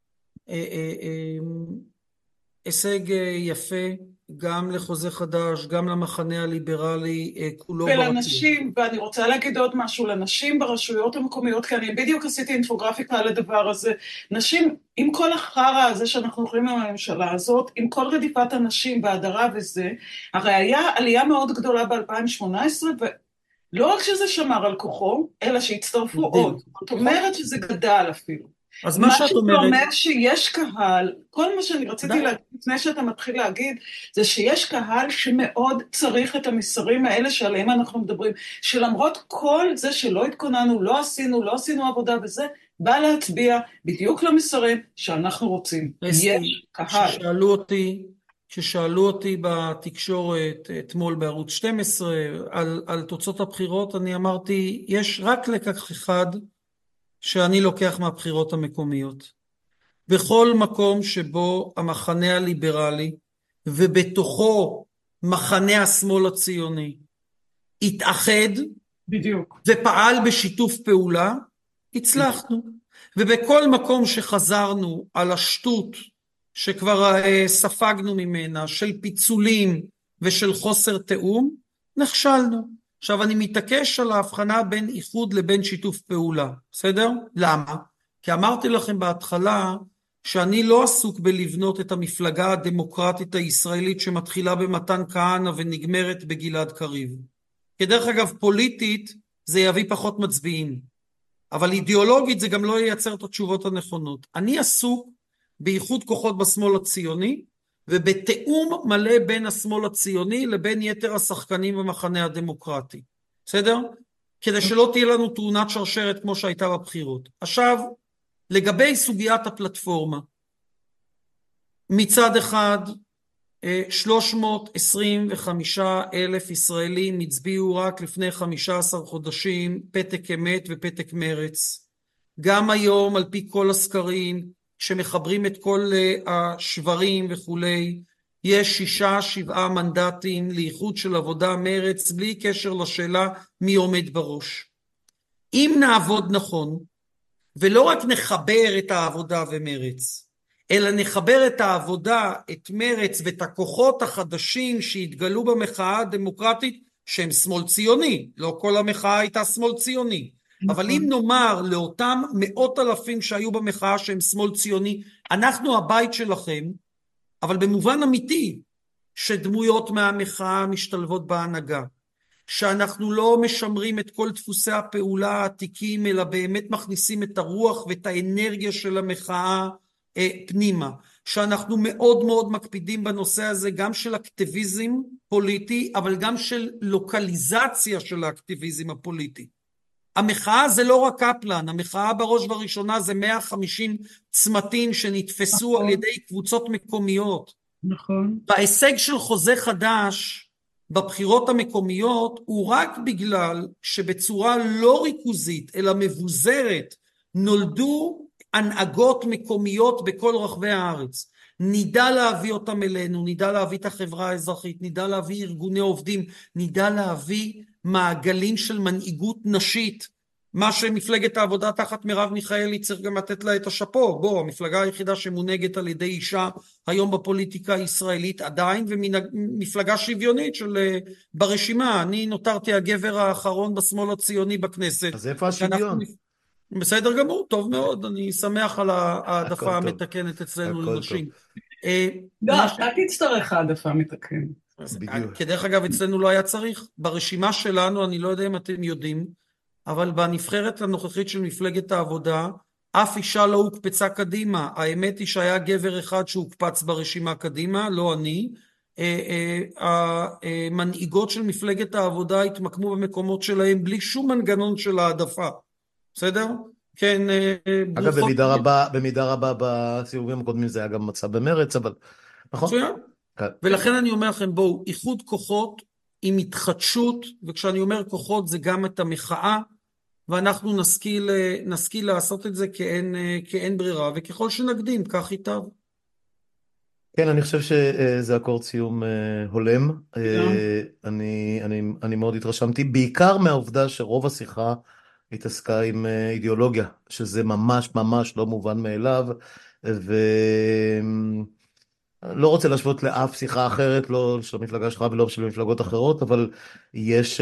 הישג יפה, גם לחוזה חדש, גם למחנה הליברלי, כולו ברצון. ולנשים, ואני רוצה להגיד עוד משהו, לנשים ברשויות המקומיות, כי אני בדיוק עשיתי אינפוגרפיקה על הדבר הזה, נשים, עם כל החרא הזה שאנחנו יכולים עם הממשלה הזאת, עם כל רדיפת הנשים בהדרה וזה, הרי היה עלייה מאוד גדולה ב-אלפיים שמונה עשרה, ולא רק שזה שמר על כוחו, אלא שהצטרפו עוד. זאת אומרת שזה גדל אפילו. אז מה שאת אומרת... מה שאתה אומר שיש קהל, כל מה שאני רציתי להגיד לפני שאתה מתחיל להגיד, זה שיש קהל שמאוד צריך את המסרים האלה שעליהם אנחנו מדברים, שלמרות כל זה שלא התכוננו, לא עשינו, לא עשינו עבודה וזה, בא להצביע בדיוק למסרים שאנחנו רוצים. יש קהל. ששאלו אותי, ששאלו אותי בתקשורת אתמול בערוץ שתים עשרה על, על תוצאות הבחירות, אני אמרתי, יש רק לקח אחד, שאני לוקח מהבחירות המקומיות. בכל מקום שבו המחנה הליברלי, ובתוכו מחנה השמאל הציוני, התאחד, בדיוק. ופעל בשיתוף פעולה, הצלחנו. ובכל מקום שחזרנו על השטות, שכבר ספגנו ממנה, של פיצולים ושל חוסר תאום, נכשלנו. עכשיו אני מתעקש על ההבחנה בין איחוד לבין שיתוף פעולה, בסדר? למה? כי אמרתי לכם בהתחלה שאני לא עסוק בלבנות את המפלגה הדמוקרטית הישראלית שמתחילה במתן כהנא ונגמרת בגלעד קריב. כי דרך אגב פוליטית זה יביא פחות מצביעים, אבל אידיאולוגית זה גם לא ייצר את התשובות הנכונות. אני עסוק באיחוד כוחות בשמאל הציוני, ובתאום מלא בין השמאל הציוני לבין יתר השחקנים במחנה הדמוקרטי. בסדר? כדי שלא תהיה לנו תאונת שרשרת כמו שהייתה בבחירות. עכשיו, לגבי סוגיית הפלטפורמה, מצד אחד, שלוש מאות עשרים וחמישה אלף ישראלים הצביעו רק לפני חמישה עשר חודשים פתק אמת ופתק מרץ. גם היום, על פי כל הסקרים, שמחברים את כל השברים וכולי, יש שישה, שבעה מנדטים לאיחוד של עבודה מרץ, בלי קשר לשאלה מי עומד בראש. אם נעבוד נכון, ולא רק נחבר את העבודה ומרץ, אלא נחבר את העבודה, את מרץ ואת הכוחות החדשים שהתגלו במחאה הדמוקרטית, שהם שמאל ציוני, לא כל המחאה הייתה שמאל ציוני, אבל אם נאמר לאותם מאות אלפים שהיו במחאה שהם שמאל ציוני, אנחנו הבית שלכם, אבל במובן אמיתי, שדמויות מהמחאה משתלבות בהנהגה, שאנחנו לא משמרים את כל דפוסי הפעולה העתיקים, אלא באמת מכניסים את הרוח ואת האנרגיה של המחאה אה, פנימה, שאנחנו מאוד מאוד מקפידים בנושא הזה, גם של אקטיביזם פוליטי, אבל גם של לוקליזציה של האקטיביזם הפוליטי. המחאה זה לא רק קפלן, המחאה בראש ובראשונה זה מאה וחמישים צמתים שנתפסו נכון. על ידי קבוצות מקומיות. נכון. בהישג של חוזה חדש, בבחירות המקומיות, הוא רק בגלל שבצורה לא ריכוזית, אלא מבוזרת, נולדו הנהגות מקומיות בכל רחבי הארץ. נדע להביא אותם אלינו, נדע להביא את החברה האזרחית, נדע להביא ארגוני עובדים, נדע להביא מעגלים של מנהיגות נשית, מה שמפלגת העבודה תחת מרב מיכאלי צריך גם לתת לה את השפו. בוא, המפלגה היחידה שמונהגת על ידי אישה היום בפוליטיקה הישראלית עדיין, ומפלגה שוויונית של ברשימה. אני נותרתי הגבר האחרון בשמאל הציוני בכנסת. אז איפה השוויון? בסדר גמור, טוב מאוד, אני שמח על העדפה המתקנת אצלנו לנשים. לא, אתה תצטרך העדפה מתקנת. כדרך אגב, אצלנו לא היה צריך. ברשימה שלנו, אני לא יודע אם אתם יודעים, אבל בנבחרת הנוכחית של מפלגת העבודה, אף אישה לא הוקפצה קדימה. האמת היא שהיה גבר אחד שהוקפץ ברשימה קדימה, לא אני. המנהיגות של מפלגת העבודה התמקמו במקומות שלהם בלי שום מנגנון של העדפה. בסדר? כן. אגב, במידה רבה, במידה רבה בסיבובים הקודמים זה היה גם מצב במרץ, אבל נכון. מצוין. ולכן אני אומר לכם, בואו, איחוד כוחות עם התחדשות, וכשאני אומר כוחות זה גם את המחאה, ואנחנו נשכיל, נשכיל לעשות את זה כאין, כאין ברירה, וככל שנקדים, כך ייטב. כן, אני חושב שזה אקורד סיום הולם. אני, אני, אני מאוד התרשמתי, בעיקר מהעובדה שרוב השיחה התעסקה עם אידיאולוגיה, שזה ממש ממש לא מובן מאליו, ו... לא רוצה להשוות לאף שיחה אחרת, לא של המפלגה שלך ולא של מפלגות אחרות, אבל יש,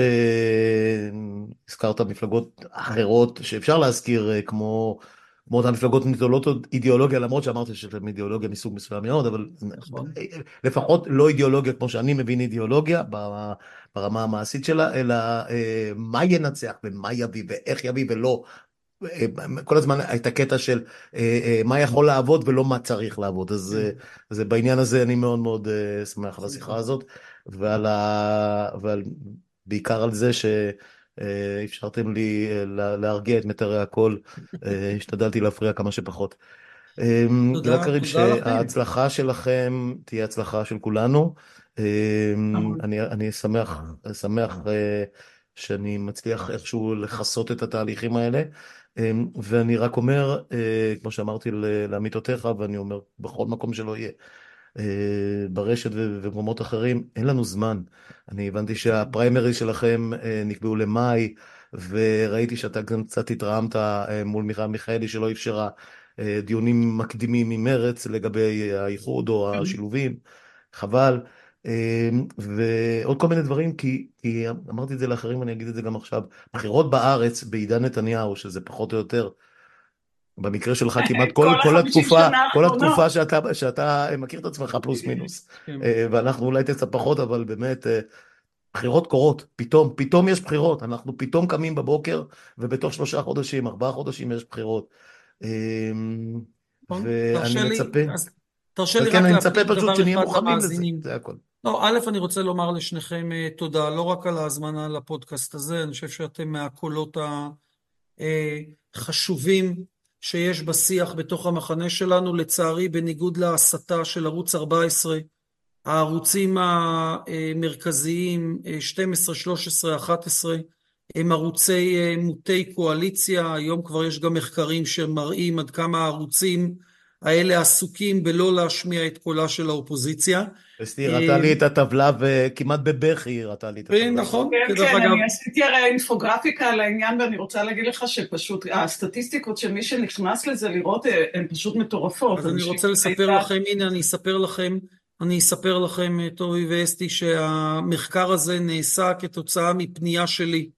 הזכרת מפלגות אחרות שאפשר להזכיר, כמו, כמו אותן מפלגות נטולות אידיאולוגיה, למרות שאמרתי שזה אידיאולוגיה מסוג מסוים מאוד, אבל לפחות לא אידיאולוגיה כמו שאני מבין אידיאולוגיה, ברמה המעשית שלה, אלא מה ינצח ומה יביא ואיך יביא ולא, כל הזמן את הקטע של מה יכול לעבוד ולא מה צריך לעבוד. אז, אז בעניין הזה אני מאוד מאוד שמח על השיחה הזאת, ועל ה... ועל... בעיקר על זה שאפשרתם לי להרגיע את מטרי הקול, השתדלתי להפריע כמה שפחות. גלעד קריב, שההצלחה שלכם תהיה הצלחה של כולנו. אני, אני שמח, שמח שאני מצליח איכשהו לחסות את התהליכים האלה. ואני רק אומר, כמו שאמרתי לעמיתותיך, ואני אומר בכל מקום שלא יהיה, ברשת ובמקומות אחרים, אין לנו זמן. אני הבנתי שהפריימריז שלכם נקבעו למאי, וראיתי שאתה גם קצת התרעמת מול מיכל מיכאלי שלא אפשרה דיונים מקדימים ממרץ לגבי האיחוד או השילובים. חבל. ועוד כל מיני דברים, כי, כי אמרתי את זה לאחרים ואני אגיד את זה גם עכשיו, בחירות בארץ בעידן נתניהו, שזה פחות או יותר במקרה שלך כמעט כל, כל, כל התקופה, כל התקופה שאתה, שאתה מכיר את עצמך פלוס מינוס, ואנחנו אולי קצת פחות, אבל באמת בחירות קורות, פתאום, פתאום יש בחירות, אנחנו פתאום קמים בבוקר ובתוך שלושה חודשים, ארבעה חודשים יש בחירות, ואני מצפה, תרשה לי כן, רק אני מצפה להפתיע פשוט דבר שנהיה אחד מוכנים לזה, למאזינים. זה הכל. לא, א', אני רוצה לומר לשניכם תודה, לא רק על ההזמנה לפודקאסט הזה, אני חושב שאתם מהקולות החשובים שיש בשיח בתוך המחנה שלנו. לצערי, בניגוד להסתה של ערוץ ארבע עשרה, הערוצים המרכזיים שתים עשרה, שלוש עשרה, אחת עשרה, הם ערוצי מוטי קואליציה. היום כבר יש גם מחקרים שמראים עד כמה הערוצים האלה עסוקים בלא להשמיע את קולה של האופוזיציה. אסתי, ראתה לי את הטבלה וכמעט בבכי ראתה לי את הטבלה. נכון. כן, כן, אני עשיתי הרי אינפוגרפיקה על העניין, ואני רוצה להגיד לך שפשוט הסטטיסטיקות של מי שנכנס לזה לראות הן פשוט מטורפות. אז אני רוצה לספר לכם, הנה אני אספר לכם, אני אספר לכם, טובי ואסתי, שהמחקר הזה נעשה כתוצאה מפנייה שלי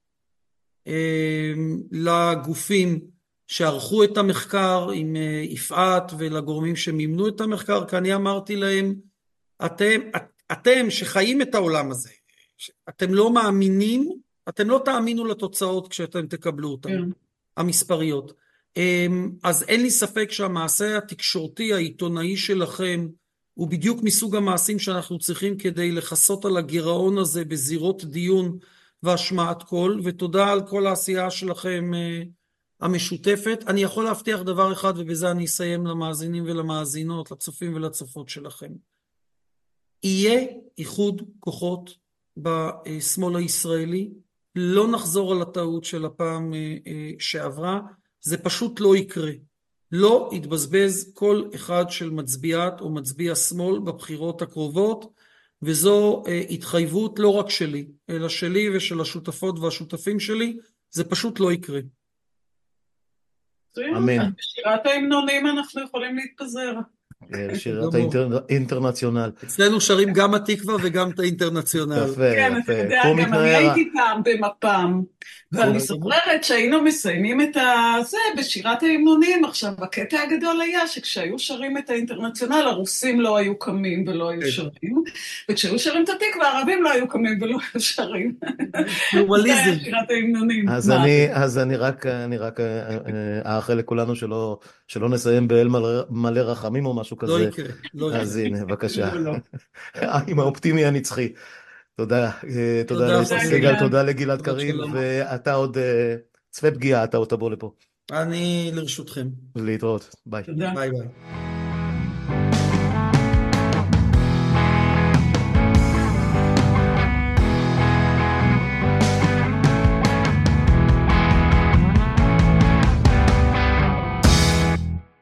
לגופים שערכו את המחקר עם יפעת ולגורמים שמימנו את המחקר, כי אני אמרתי להם, אתם, אתם שחיים את העולם הזה, אתם לא מאמינים, אתם לא תאמינו לתוצאות כשאתם תקבלו אותן, המספריות. אז אין לי ספק שהמעשה התקשורתי, העיתונאי שלכם, הוא בדיוק מסוג המעשים שאנחנו צריכים כדי לחסות על הגירעון הזה בזירות דיון והשמעת קול, ותודה על כל העשייה שלכם המשותפת. אני יכול להבטיח דבר אחד, ובזה אני אסיים למאזינים ולמאזינות, לצופים ולצופות שלכם. יהיה איחוד כוחות בשמאל הישראלי, לא נחזור על הטעות של הפעם שעברה, זה פשוט לא יקרה. לא יתבזבז כל אחד של מצביעת או מצביע שמאל בבחירות הקרובות, וזו אה, התחייבות לא רק שלי, אלא שלי ושל השותפות והשותפים שלי, זה פשוט לא יקרה. אמן. אז בשירת ההמנונים אנחנו יכולים להתפזר. שירת האינטרנציונל. אצלנו שרים גם התקווה וגם את האינטרנציונל. יפה, כן, אתה יפה. יודע, פה גם אני מתנער. הייתי פעם במפ"ם, ואני זוכרת שהיינו מסיימים את זה בשירת ההמנונים. עכשיו, הקטע הגדול היה שכשהיו שרים את האינטרנציונל, הרוסים לא היו קמים ולא היו שרים, וכשהיו שרים את התקווה, הערבים לא היו קמים ולא היו שרים. פלורליזם. זה היה שירת ההמנונים. אז מה? אני, אז אני רק, אני רק אאחל לכולנו שלא, שלא נסיים באל מלא, מלא רחמים או משהו כזה. לא יקרה, לא יקרה. אז הנה, בבקשה. לא, לא. עם האופטימי הנצחי. תודה, אה, תודה תודה, לאסתר תודה, סגל, גלעד. תודה לגלעד תודה, קריב, שלום. ואתה עוד, אה, צפה פגיעה, אתה עוד תבוא לפה. אני לרשותכם. להתראות, ביי. תודה. ביי ביי.